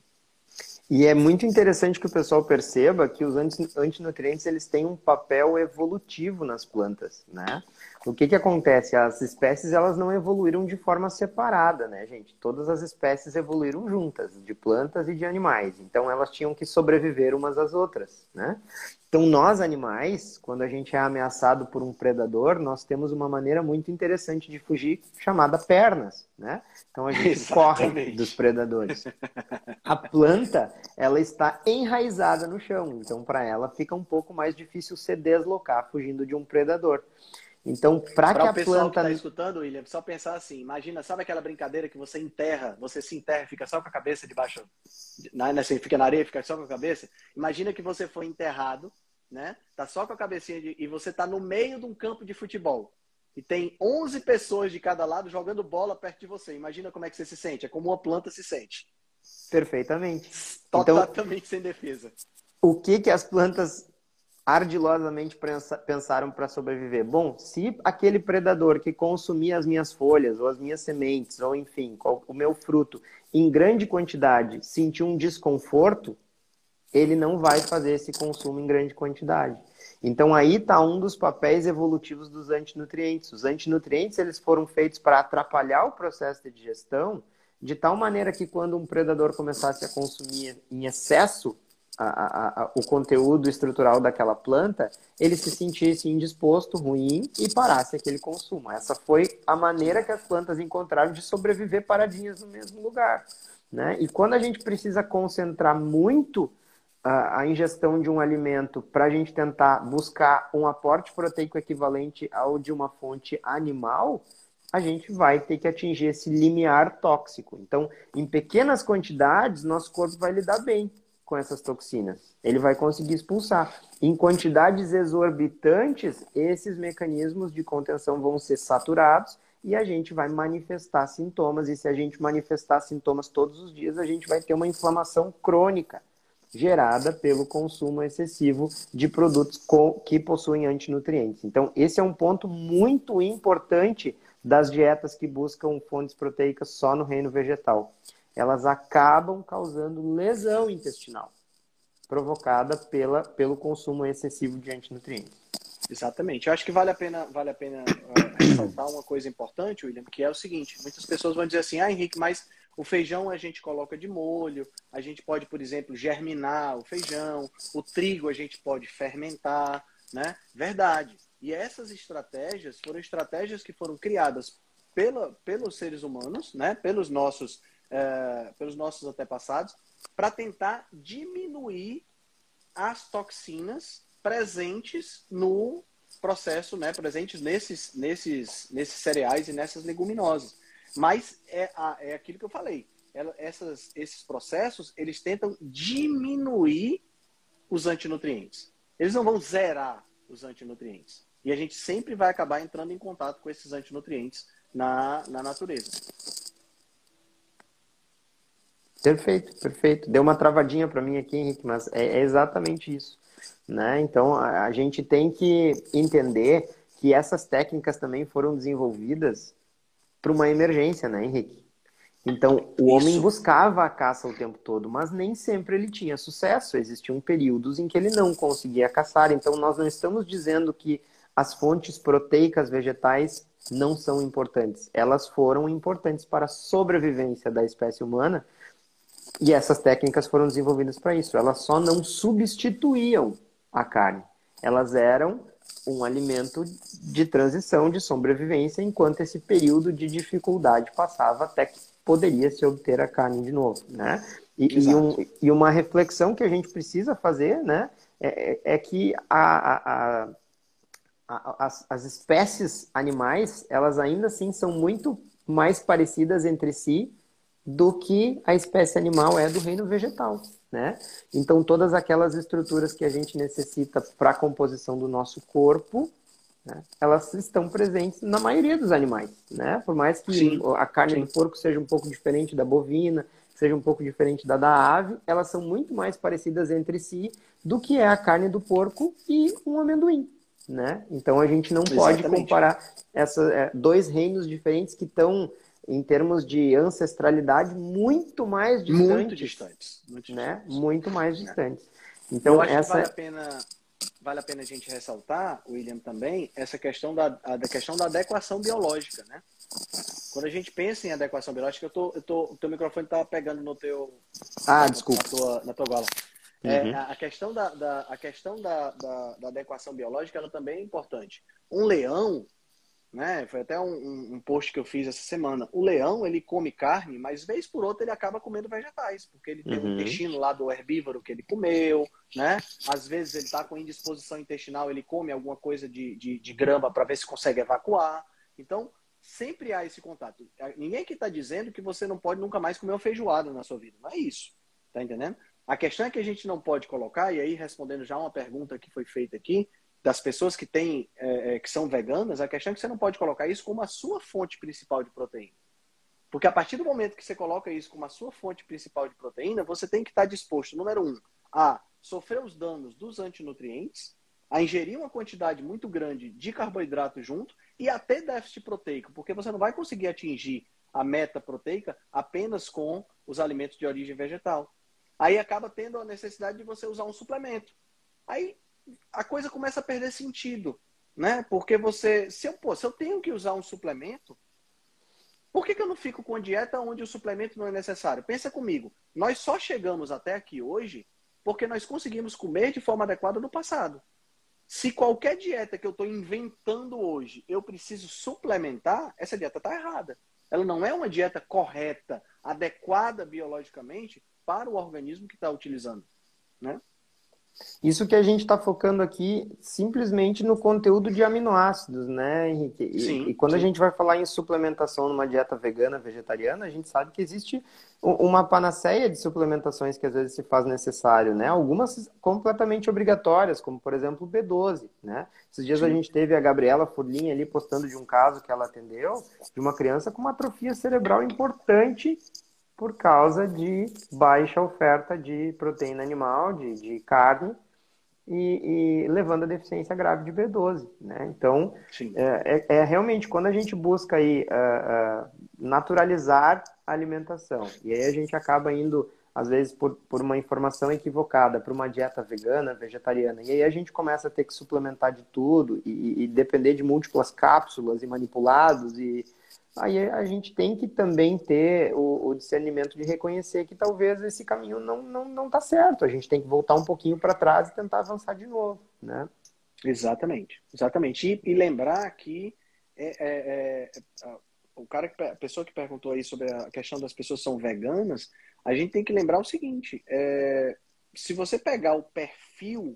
E é muito interessante que o pessoal perceba que os antinutrientes eles têm um papel evolutivo nas plantas, né? O que que acontece? As espécies elas não evoluíram de forma separada, né, gente? Todas as espécies evoluíram juntas, de plantas e de animais. Então elas tinham que sobreviver umas às outras, né? Então nós animais, quando a gente é ameaçado por um predador, nós temos uma maneira muito interessante de fugir chamada pernas, né? Então a gente corre dos predadores. A planta, ela está enraizada no chão, então para ela fica um pouco mais difícil se deslocar fugindo de um predador. Então, para que a planta... Para o pessoal que está escutando, William, só pensar assim, imagina, sabe aquela brincadeira que você enterra, você se enterra, fica só com a cabeça debaixo, né? Você fica na areia, fica só com a cabeça? Imagina que você foi enterrado, né? Tá só com a cabecinha de... e você tá no meio de um campo de futebol. E tem onze pessoas de cada lado jogando bola perto de você. Imagina como é que você se sente. É como uma planta se sente. Perfeitamente. Totalmente então, sem defesa. O que que as plantas ardilosamente pensaram para sobreviver? Bom, se aquele predador que consumia as minhas folhas, ou as minhas sementes, ou enfim, o meu fruto, em grande quantidade, sentir um desconforto, ele não vai fazer esse consumo em grande quantidade. Então aí está um dos papéis evolutivos dos antinutrientes. Os antinutrientes eles foram feitos para atrapalhar o processo de digestão, de tal maneira que quando um predador começasse a consumir em excesso a, a, a, o conteúdo estrutural daquela planta, ele se sentisse indisposto, ruim e parasse aquele consumo. Essa foi a maneira que as plantas encontraram de sobreviver paradinhas no mesmo lugar, né? E quando a gente precisa concentrar muito a, a ingestão de um alimento para a gente tentar buscar um aporte proteico equivalente ao de uma fonte animal, a gente vai ter que atingir esse limiar tóxico. Então, em pequenas quantidades, nosso corpo vai lidar bem com essas toxinas. Ele vai conseguir expulsar. Em quantidades exorbitantes, esses mecanismos de contenção vão ser saturados e a gente vai manifestar sintomas. E se a gente manifestar sintomas todos os dias, a gente vai ter uma inflamação crônica gerada pelo consumo excessivo de produtos que possuem antinutrientes. Então, esse é um ponto muito importante das dietas que buscam fontes proteicas só no reino vegetal. Elas acabam causando lesão intestinal, provocada pela, pelo consumo excessivo de antinutrientes. Exatamente. Eu acho que vale a pena, vale a pena uh, ressaltar uma coisa importante, William, que é o seguinte, muitas pessoas vão dizer assim, ah, Henrique, mas o feijão a gente coloca de molho, a gente pode, por exemplo, germinar o feijão, o trigo a gente pode fermentar, né? Verdade. E essas estratégias foram estratégias que foram criadas pela, pelos seres humanos, né? pelos, nossos, uh, pelos nossos antepassados, para tentar diminuir as toxinas presentes no, processos, né, presentes nesses, nesses, nesses cereais e nessas leguminosas. Mas é, a, é aquilo que eu falei. Ela, essas, esses processos, eles tentam diminuir os antinutrientes. Eles não vão zerar os antinutrientes. E a gente sempre vai acabar entrando em contato com esses antinutrientes na, na natureza. Perfeito, perfeito. Deu uma travadinha para mim aqui, Henrique, mas é, é exatamente isso, né? Então, a, a gente tem que entender que essas técnicas também foram desenvolvidas para uma emergência, né, Henrique? Então, o homem Isso. buscava a caça o tempo todo, mas nem sempre ele tinha sucesso. Existiam períodos em que ele não conseguia caçar. Então, nós não estamos dizendo que as fontes proteicas vegetais não são importantes. Elas foram importantes para a sobrevivência da espécie humana e essas técnicas foram desenvolvidas para isso. Elas só não substituíam a carne. Elas eram um alimento de transição, de sobrevivência, enquanto esse período de dificuldade passava até que poderia se obter a carne de novo, né? E, e, um, e uma reflexão que a gente precisa fazer, né, é, é que a, a, a, a, as, as espécies animais, elas ainda assim são muito mais parecidas entre si do que a espécie animal é do reino vegetal, né? Então, todas aquelas estruturas que a gente necessita para a composição do nosso corpo, né, elas estão presentes na maioria dos animais, né? Por mais que Sim, a carne sim. do porco seja um pouco diferente da bovina, seja um pouco diferente da da ave, elas são muito mais parecidas entre si do que é a carne do porco e um amendoim, né? Então, a gente não pode Exatamente. comparar essa, é, dois reinos diferentes que estão, em termos de ancestralidade, muito mais distantes. Muito distantes. Muito Né? distantes. Muito mais Né? distantes. Então, eu acho essa... que vale a pena, vale a pena a gente ressaltar, William, também, essa questão da, a, da questão da adequação biológica, né? Quando a gente pensa em adequação biológica, eu tô, eu tô, o teu microfone está pegando no teu... Ah, na, desculpa. Na tua, na tua gola. Uhum. É, a questão, da, da, a questão da, da, da adequação biológica, ela também é importante. Um leão, né, foi até um, um post que eu fiz essa semana, o leão, ele come carne, mas vez por outra ele acaba comendo vegetais, porque ele tem Uhum. um intestino lá do herbívoro que ele comeu, né? Às vezes ele está com indisposição intestinal, ele come alguma coisa de, de, de grama para ver se consegue evacuar. Então, sempre há esse contato. Ninguém que está dizendo que você não pode nunca mais comer uma feijoada na sua vida, não é isso, tá entendendo? A questão é que a gente não pode colocar, e aí respondendo já uma pergunta que foi feita aqui, das pessoas que têm, é, que são veganas, a questão é que você não pode colocar isso como a sua fonte principal de proteína. Porque a partir do momento que você coloca isso como a sua fonte principal de proteína, você tem que estar disposto, número um, a sofrer os danos dos antinutrientes, a ingerir uma quantidade muito grande de carboidrato junto e a ter déficit proteico, porque você não vai conseguir atingir a meta proteica apenas com os alimentos de origem vegetal. Aí acaba tendo a necessidade de você usar um suplemento. Aí a coisa começa a perder sentido, né? Porque você, se eu, pô, se eu tenho que usar um suplemento, por que que eu não fico com a dieta onde o suplemento não é necessário? Pensa comigo, nós só chegamos até aqui hoje porque nós conseguimos comer de forma adequada no passado. Se qualquer dieta que eu estou inventando hoje, eu preciso suplementar, essa dieta está errada. Ela não é uma dieta correta, adequada biologicamente para o organismo que está utilizando, né? Isso que a gente está focando aqui simplesmente no conteúdo de aminoácidos, né, Henrique? E, Sim, e quando sim. a gente vai falar em suplementação numa dieta vegana, vegetariana, a gente sabe que existe uma panaceia de suplementações que às vezes se faz necessário, né? Algumas completamente obrigatórias, como por exemplo o B doze, né? Esses dias Sim. a gente teve a Gabriela Furlim ali postando de um caso que ela atendeu de uma criança com uma atrofia cerebral importante por causa de baixa oferta de proteína animal, de, de carne, e, e levando a deficiência grave de B doze, né? Então, é, é, é realmente quando a gente busca aí, uh, uh, naturalizar a alimentação, e aí a gente acaba indo, às vezes, por, por uma informação equivocada, para uma dieta vegana, vegetariana, e aí a gente começa a ter que suplementar de tudo, e, e depender de múltiplas cápsulas e manipulados, e aí a gente tem que também ter o, o discernimento de reconhecer que talvez esse caminho não não não tá certo. A gente tem que voltar um pouquinho para trás e tentar avançar de novo, né? Exatamente, exatamente. E, e lembrar que é, é, é, o cara, a pessoa que perguntou aí sobre a questão das pessoas que são veganas, a gente tem que lembrar o seguinte: é, se você pegar o perfil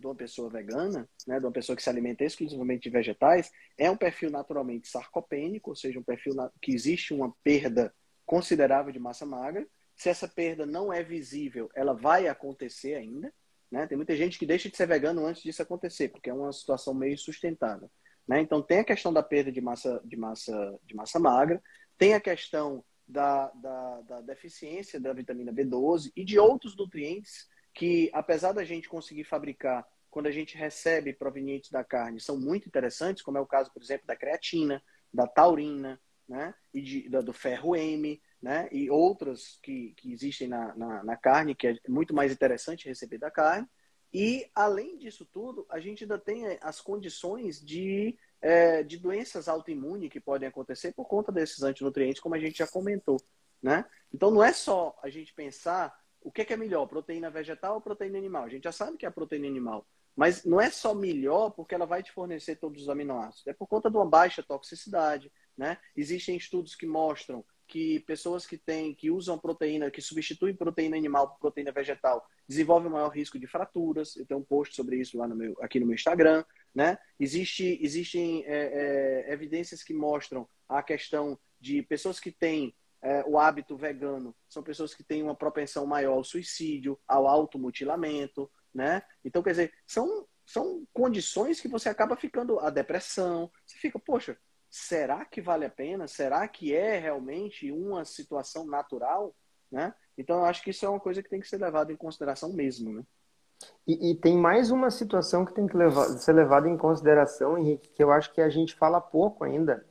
de uma pessoa vegana, né, de uma pessoa que se alimenta exclusivamente de vegetais, é um perfil naturalmente sarcopênico, ou seja, um perfil que existe uma perda considerável de massa magra. Se essa perda não é visível, ela vai acontecer ainda, né? Tem muita gente que deixa de ser vegano antes disso acontecer, porque é uma situação meio sustentável, né? Então tem a questão da perda de massa, de massa, de massa magra, tem a questão da, da, da deficiência da vitamina B doze e de outros nutrientes que, apesar da gente conseguir fabricar quando a gente recebe provenientes da carne, são muito interessantes, como é o caso, por exemplo, da creatina, da taurina, né? E de, da, do ferro M, né? E outras que, que existem na, na, na carne, que é muito mais interessante receber da carne. E, além disso tudo, a gente ainda tem as condições de, é, de doenças autoimunes que podem acontecer por conta desses antinutrientes, como a gente já comentou, né? Então, não é só a gente pensar o que é melhor, proteína vegetal ou proteína animal. A gente já sabe que é a proteína animal, mas não é só melhor porque ela vai te fornecer todos os aminoácidos. É por conta de uma baixa toxicidade, né? Existem estudos que mostram que pessoas que têm, que usam proteína, que substituem proteína animal por proteína vegetal, desenvolvem um maior risco de fraturas. Eu tenho um post sobre isso lá no meu, aqui no meu Instagram, né? Existe, existem é, é, evidências que mostram a questão de pessoas que têm é, o hábito vegano, são pessoas que têm uma propensão maior ao suicídio, ao automutilamento, né? Então, quer dizer, são, são condições que você acaba ficando, a depressão, você fica, poxa, será que vale a pena? Será que é realmente uma situação natural? Né? Então, eu acho que isso é uma coisa que tem que ser levada em consideração mesmo. Né? E, e tem mais uma situação que tem que levar, ser levada em consideração, Henrique, que eu acho que a gente fala pouco ainda,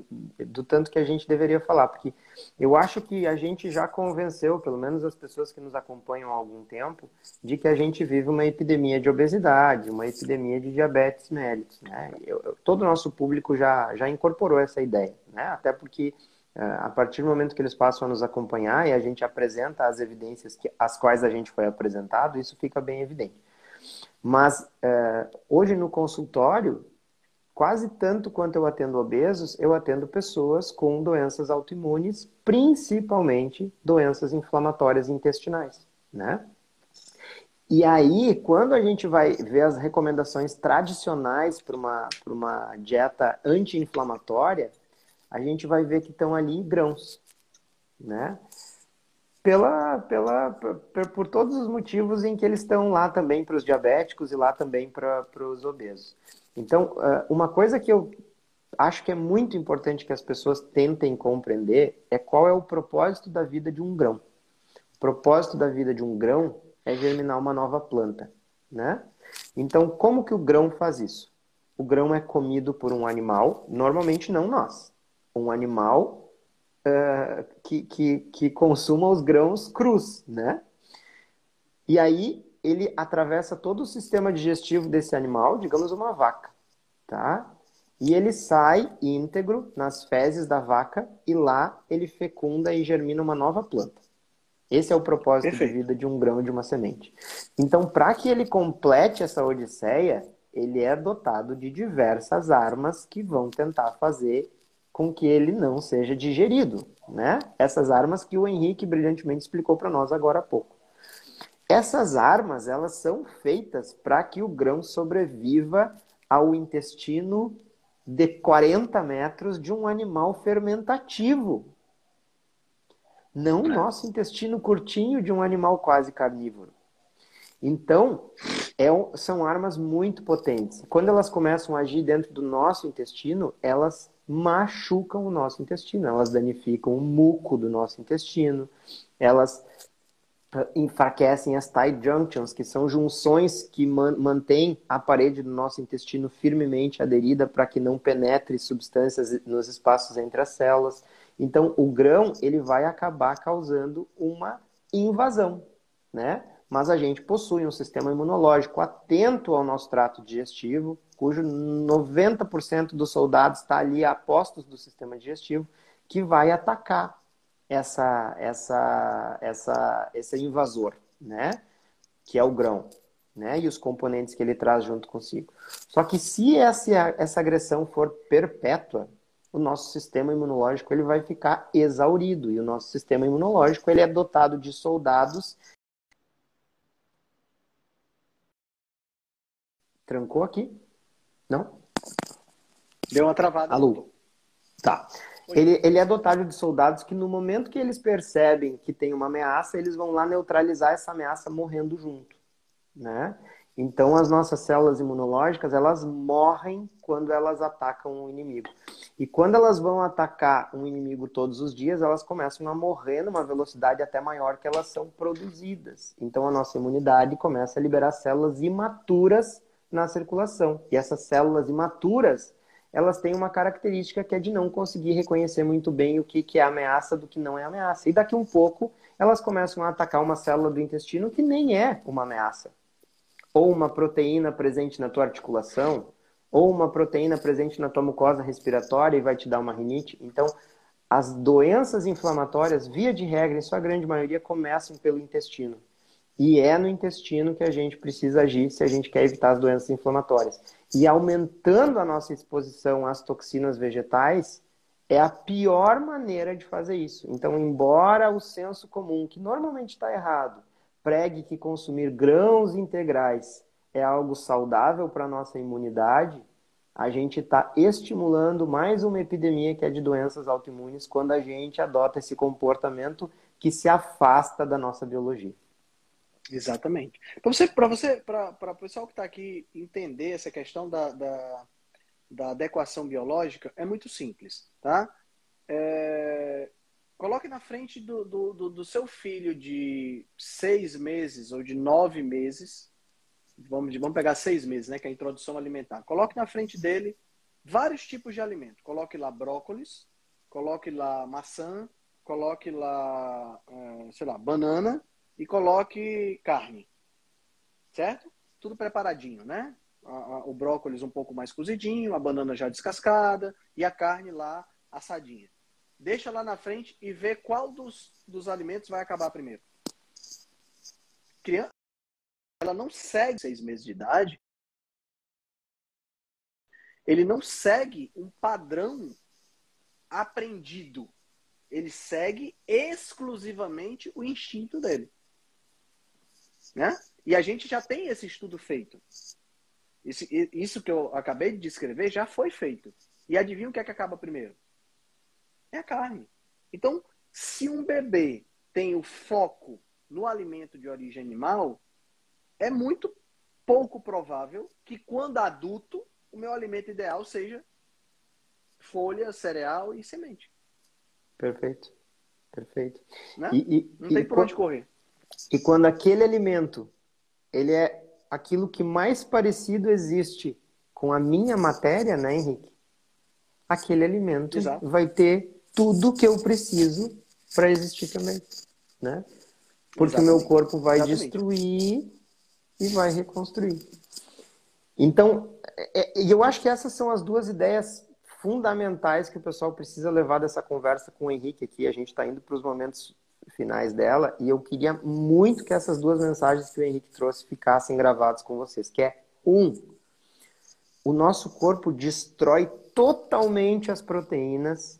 do tanto que a gente deveria falar, porque eu acho que a gente já convenceu, pelo menos as pessoas que nos acompanham há algum tempo, de que a gente vive uma epidemia de obesidade, uma epidemia de diabetes mellitus. Né? Eu, eu, todo o nosso público já, já incorporou essa ideia, né? Até porque a partir do momento que eles passam a nos acompanhar e a gente apresenta as evidências que, às quais a gente foi apresentado, isso fica bem evidente. Mas é, hoje no consultório, quase tanto quanto eu atendo obesos, eu atendo pessoas com doenças autoimunes, principalmente doenças inflamatórias intestinais, né? E aí, quando a gente vai ver as recomendações tradicionais para uma, para uma dieta anti-inflamatória, a gente vai ver que estão ali grãos, né? Pela, pela, por, por todos os motivos em que eles estão lá também para os diabéticos e lá também para os obesos. Então, uma coisa que eu acho que é muito importante que as pessoas tentem compreender é qual é o propósito da vida de um grão. O propósito da vida de um grão é germinar uma nova planta, né? Então, como que o grão faz isso? O grão é comido por um animal, normalmente não nós. Um animal uh, que, que, que consuma os grãos crus, né? E aí ele atravessa todo o sistema digestivo desse animal, digamos uma vaca, tá? E ele sai íntegro nas fezes da vaca e lá ele fecunda e germina uma nova planta. Esse é o propósito Perfeito. De vida de um grão de uma semente. Então, para que ele complete essa odisseia, ele é dotado de diversas armas que vão tentar fazer com que ele não seja digerido, né? Essas armas que o Henrique brilhantemente explicou para nós agora há pouco. Essas armas, elas são feitas para que o grão sobreviva ao intestino de quarenta metros de um animal fermentativo. Não o nosso intestino curtinho de um animal quase carnívoro. Então, é, são armas muito potentes. Quando elas começam a agir dentro do nosso intestino, elas machucam o nosso intestino, elas danificam o muco do nosso intestino, elas enfraquecem as tight junctions, que são junções que man mantêm a parede do nosso intestino firmemente aderida para que não penetre substâncias nos espaços entre as células. Então, o grão ele vai acabar causando uma invasão, né? Mas a gente possui um sistema imunológico atento ao nosso trato digestivo, cujo noventa por cento dos soldados está ali a postos do sistema digestivo, que vai atacar essa, essa, essa, esse invasor, né? Que é o grão, né? E os componentes que ele traz junto consigo. Só que se essa, essa agressão for perpétua, o nosso sistema imunológico ele vai ficar exaurido. E o nosso sistema imunológico ele é dotado de soldados Trancou aqui? Não? Deu uma travada. Alô? Tá. Ele, ele é dotado de soldados que no momento que eles percebem que tem uma ameaça, eles vão lá neutralizar essa ameaça morrendo junto, né? Então, as nossas células imunológicas, elas morrem quando elas atacam o inimigo. E quando elas vão atacar um inimigo todos os dias, elas começam a morrer numa velocidade até maior que elas são produzidas. Então, a nossa imunidade começa a liberar células imaturas na circulação. E essas células imaturas, elas têm uma característica que é de não conseguir reconhecer muito bem o que é ameaça do que não é ameaça. E daqui um pouco, elas começam a atacar uma célula do intestino que nem é uma ameaça. Ou uma proteína presente na tua articulação, ou uma proteína presente na tua mucosa respiratória e vai te dar uma rinite. Então, as doenças inflamatórias, via de regra, em sua grande maioria, começam pelo intestino. E é no intestino que a gente precisa agir se a gente quer evitar as doenças inflamatórias. E aumentando a nossa exposição às toxinas vegetais, é a pior maneira de fazer isso. Então, embora o senso comum, que normalmente está errado, pregue que consumir grãos integrais é algo saudável para a nossa imunidade, a gente está estimulando mais uma epidemia que é de doenças autoimunes quando a gente adota esse comportamento que se afasta da nossa biologia. Exatamente. Para você, para você, para o pessoal que está aqui entender essa questão da, da, da adequação biológica, é muito simples, tá? É... Coloque na frente do, do, do, do seu filho de seis meses ou de nove meses, vamos, vamos pegar seis meses, né, que é a introdução alimentar. Coloque na frente dele vários tipos de alimento. Coloque lá brócolis, coloque lá maçã, coloque lá, sei lá, banana e coloque carne, certo? Tudo preparadinho, né? O brócolis um pouco mais cozidinho, a banana já descascada e a carne lá assadinha. Deixa lá na frente e vê qual dos, dos alimentos vai acabar primeiro. Criança, ela não segue seis meses de idade. Ele não segue um padrão aprendido. Ele segue exclusivamente o instinto dele. Né? E a gente já tem esse estudo feito. Isso, isso que eu acabei de descrever já foi feito. E adivinha o que é que acaba primeiro? É a carne. Então, se um bebê tem o foco no alimento de origem animal, é muito pouco provável que quando adulto, o meu alimento ideal seja folha, cereal e semente. Perfeito. Perfeito. Né? E, e, Não tem e por onde correr. E quando aquele alimento, ele é aquilo que mais parecido existe com a minha matéria, né, Henrique? Aquele alimento Exato. vai ter tudo que eu preciso para existir também, né? Porque o meu corpo vai Exatamente. destruir e vai reconstruir. Então, é, é, eu acho que essas são as duas ideias fundamentais que o pessoal precisa levar dessa conversa com o Henrique aqui. A gente está indo para os momentos finais dela e eu queria muito que essas duas mensagens que o Henrique trouxe ficassem gravadas com vocês, que é, um, o nosso corpo destrói totalmente as proteínas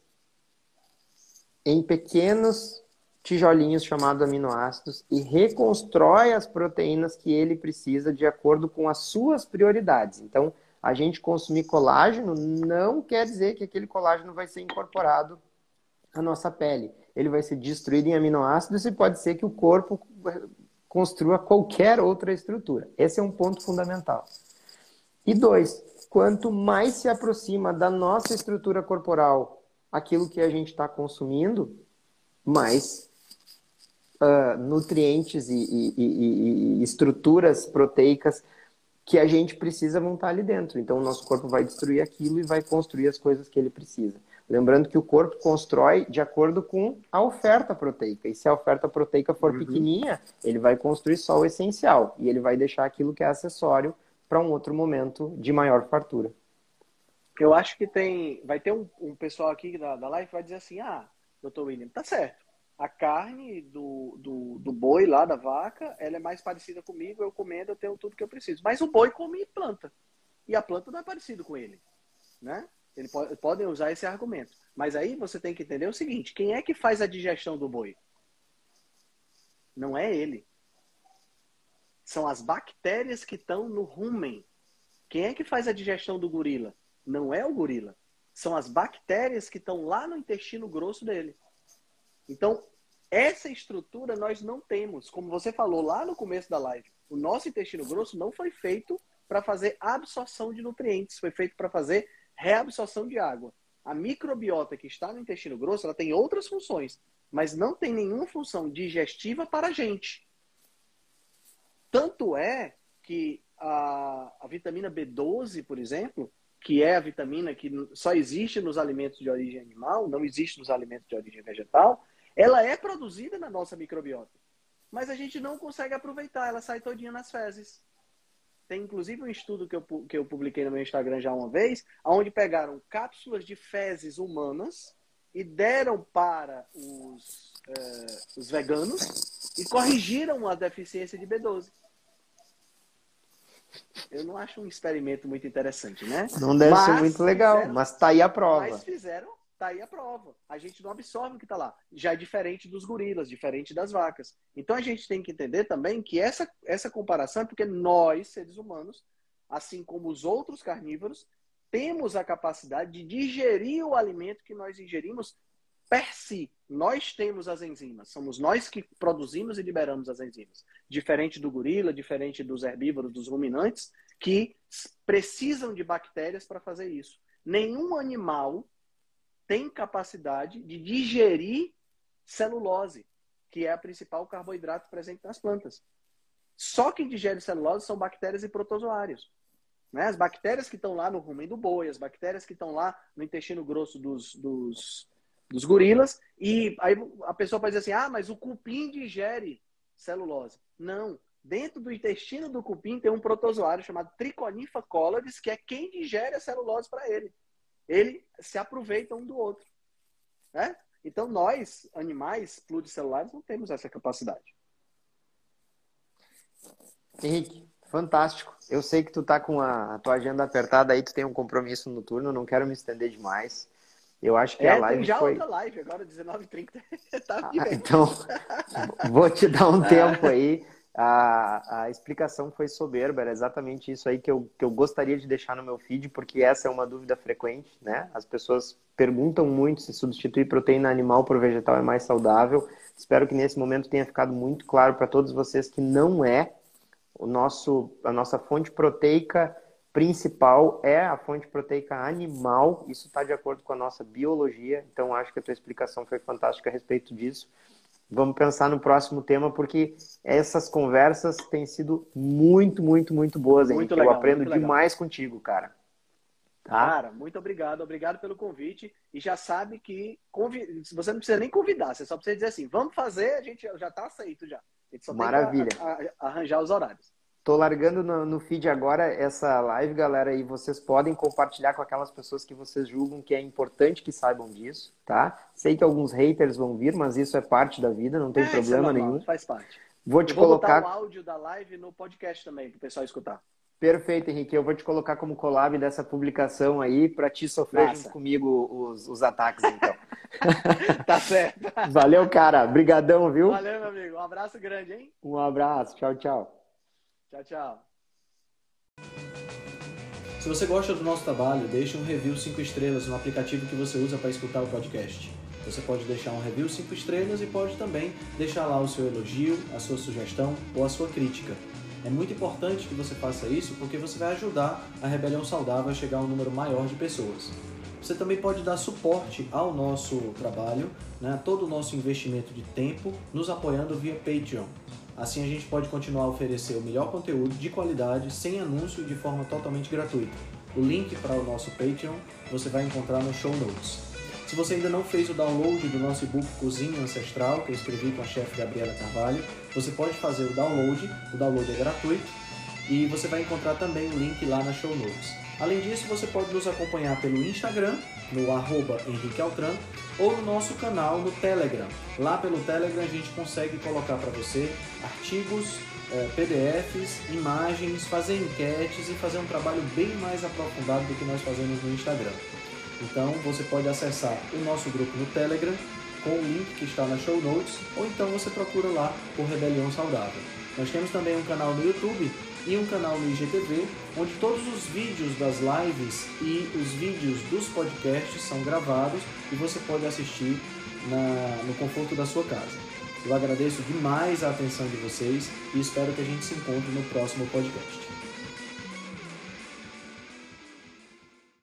em pequenos tijolinhos chamados aminoácidos e reconstrói as proteínas que ele precisa de acordo com as suas prioridades. Então, a gente consumir colágeno não quer dizer que aquele colágeno vai ser incorporado à nossa pele. Ele vai ser destruído em aminoácidos e pode ser que o corpo construa qualquer outra estrutura. Esse é um ponto fundamental. E dois, quanto mais se aproxima da nossa estrutura corporal aquilo que a gente está consumindo, mais uh, nutrientes e, e, e, e estruturas proteicas que a gente precisa vão estar ali dentro. Então, o nosso corpo vai destruir aquilo e vai construir as coisas que ele precisa. Lembrando que o corpo constrói de acordo com a oferta proteica. E se a oferta proteica for uhum. pequenininha, ele vai construir só o essencial. E ele vai deixar aquilo que é acessório para um outro momento de maior fartura. Eu acho que tem... Vai ter um, um pessoal aqui da, da live que vai dizer assim, ah, doutor William, tá certo. A carne do, do, do boi lá, da vaca, ela é mais parecida comigo, eu comendo, eu tenho tudo que eu preciso. Mas o boi come planta. E a planta não é parecida com ele. Né? Eles podem usar esse argumento. Mas aí você tem que entender o seguinte, quem é que faz a digestão do boi? Não é ele. São as bactérias que estão no rumen. Quem é que faz a digestão do gorila? Não é o gorila. São as bactérias que estão lá no intestino grosso dele. Então, essa estrutura nós não temos. Como você falou lá no começo da live, o nosso intestino grosso não foi feito para fazer absorção de nutrientes, foi feito para fazer reabsorção de água. A microbiota que está no intestino grosso, ela tem outras funções, mas não tem nenhuma função digestiva para a gente. Tanto é que a, a vitamina B doze, por exemplo, que é a vitamina que só existe nos alimentos de origem animal, não existe nos alimentos de origem vegetal, ela é produzida na nossa microbiota. Mas a gente não consegue aproveitar, ela sai todinha nas fezes. Tem inclusive um estudo que eu, que eu publiquei no meu Instagram já uma vez, onde pegaram cápsulas de fezes humanas e deram para os, eh, os veganos e corrigiram a deficiência de B doze. Eu não acho um experimento muito interessante, né? Não deve mas ser muito legal, fizeram, mas tá aí a prova. Mas fizeram, tá aí a prova. A gente não absorve o que tá lá. Já é diferente dos gorilas, diferente das vacas. Então a gente tem que entender também que essa, essa comparação é porque nós, seres humanos, assim como os outros carnívoros, temos a capacidade de digerir o alimento que nós ingerimos per si. Nós temos as enzimas. Somos nós que produzimos e liberamos as enzimas. Diferente do gorila, diferente dos herbívoros, dos ruminantes, que precisam de bactérias para fazer isso. Nenhum animal tem capacidade de digerir celulose, que é a principal carboidrato presente nas plantas. Só quem digere celulose são bactérias e protozoários. Né? As bactérias que estão lá no rumen do boi, as bactérias que estão lá no intestino grosso dos, dos, dos gorilas, e aí a pessoa pode dizer assim, ah, mas o cupim digere celulose. Não. Dentro do intestino do cupim tem um protozoário chamado Trichonifa colloides, que é quem digere a celulose para ele. Ele se aproveita um do outro. Né? Então, nós, animais pluricelulares, não temos essa capacidade. Henrique, fantástico. Eu sei que tu tá com a, a tua agenda apertada aí, tu tem um compromisso no turno, não quero me estender demais. Eu acho que é, a live tem já foi... outra live, agora dezenove e trinta. Tá ah, então, vou te dar um tempo aí. A, a explicação foi soberba, era exatamente isso aí que eu, que eu gostaria de deixar no meu feed, porque essa é uma dúvida frequente, né? As pessoas perguntam muito se substituir proteína animal por vegetal é mais saudável. Espero que nesse momento tenha ficado muito claro para todos vocês que não é. O nosso, a nossa fonte proteica principal é a fonte proteica animal. Isso está de acordo com a nossa biologia, então acho que a tua explicação foi fantástica a respeito disso. Vamos pensar no próximo tema, porque essas conversas têm sido muito, muito, muito boas, Henrique. Muito legal, eu aprendo demais contigo, cara. Tá? Cara, muito obrigado. Obrigado pelo convite. E já sabe que convid... você não precisa nem convidar, você só precisa dizer assim, vamos fazer, a gente já está aceito já. A gente só Maravilha. tem que a, a, arranjar os horários. Tô largando no, no feed agora essa live, galera, e vocês podem compartilhar com aquelas pessoas que vocês julgam que é importante que saibam disso, tá? Sei que alguns haters vão vir, mas isso é parte da vida, não tem é, problema é nenhum. Faz parte. Vou te eu vou colocar botar o áudio da live no podcast também, pro pessoal escutar. Perfeito, Henrique. Eu vou te colocar como collab dessa publicação aí para te sofrer Massa. junto comigo os, os ataques, então. Tá certo. Valeu, cara. Brigadão, viu? Valeu, meu amigo. Um abraço grande, hein? Um abraço. Tchau, tchau. Tchau, tchau. Se você gosta do nosso trabalho, deixe um review cinco estrelas no aplicativo que você usa para escutar o podcast. Você pode deixar um review cinco estrelas e pode também deixar lá o seu elogio, a sua sugestão ou a sua crítica. É muito importante que você faça isso porque você vai ajudar a Rebelião Saudável a chegar a um número maior de pessoas. Você também pode dar suporte ao nosso trabalho, né, todo o nosso investimento de tempo, nos apoiando via Patreon. Assim a gente pode continuar a oferecer o melhor conteúdo de qualidade, sem anúncio e de forma totalmente gratuita. O link para o nosso Patreon você vai encontrar no show notes. Se você ainda não fez o download do nosso e-book Cozinha Ancestral, que eu escrevi com a chefe Gabriela Carvalho, você pode fazer o download, o download é gratuito, e você vai encontrar também o link lá na show notes. Além disso, você pode nos acompanhar pelo Instagram, no arroba Henrique Altran, ou no nosso canal no Telegram. Lá pelo Telegram a gente consegue colocar para você artigos, eh, P D Fs, imagens, fazer enquetes e fazer um trabalho bem mais aprofundado do que nós fazemos no Instagram. Então você pode acessar o nosso grupo no Telegram com o link que está na show notes, ou então você procura lá por Rebelião Saudável. Nós temos também um canal no YouTube e um canal no I G T V, onde todos os vídeos das lives e os vídeos dos podcasts são gravados e você pode assistir na, no conforto da sua casa. Eu agradeço demais a atenção de vocês e espero que a gente se encontre no próximo podcast.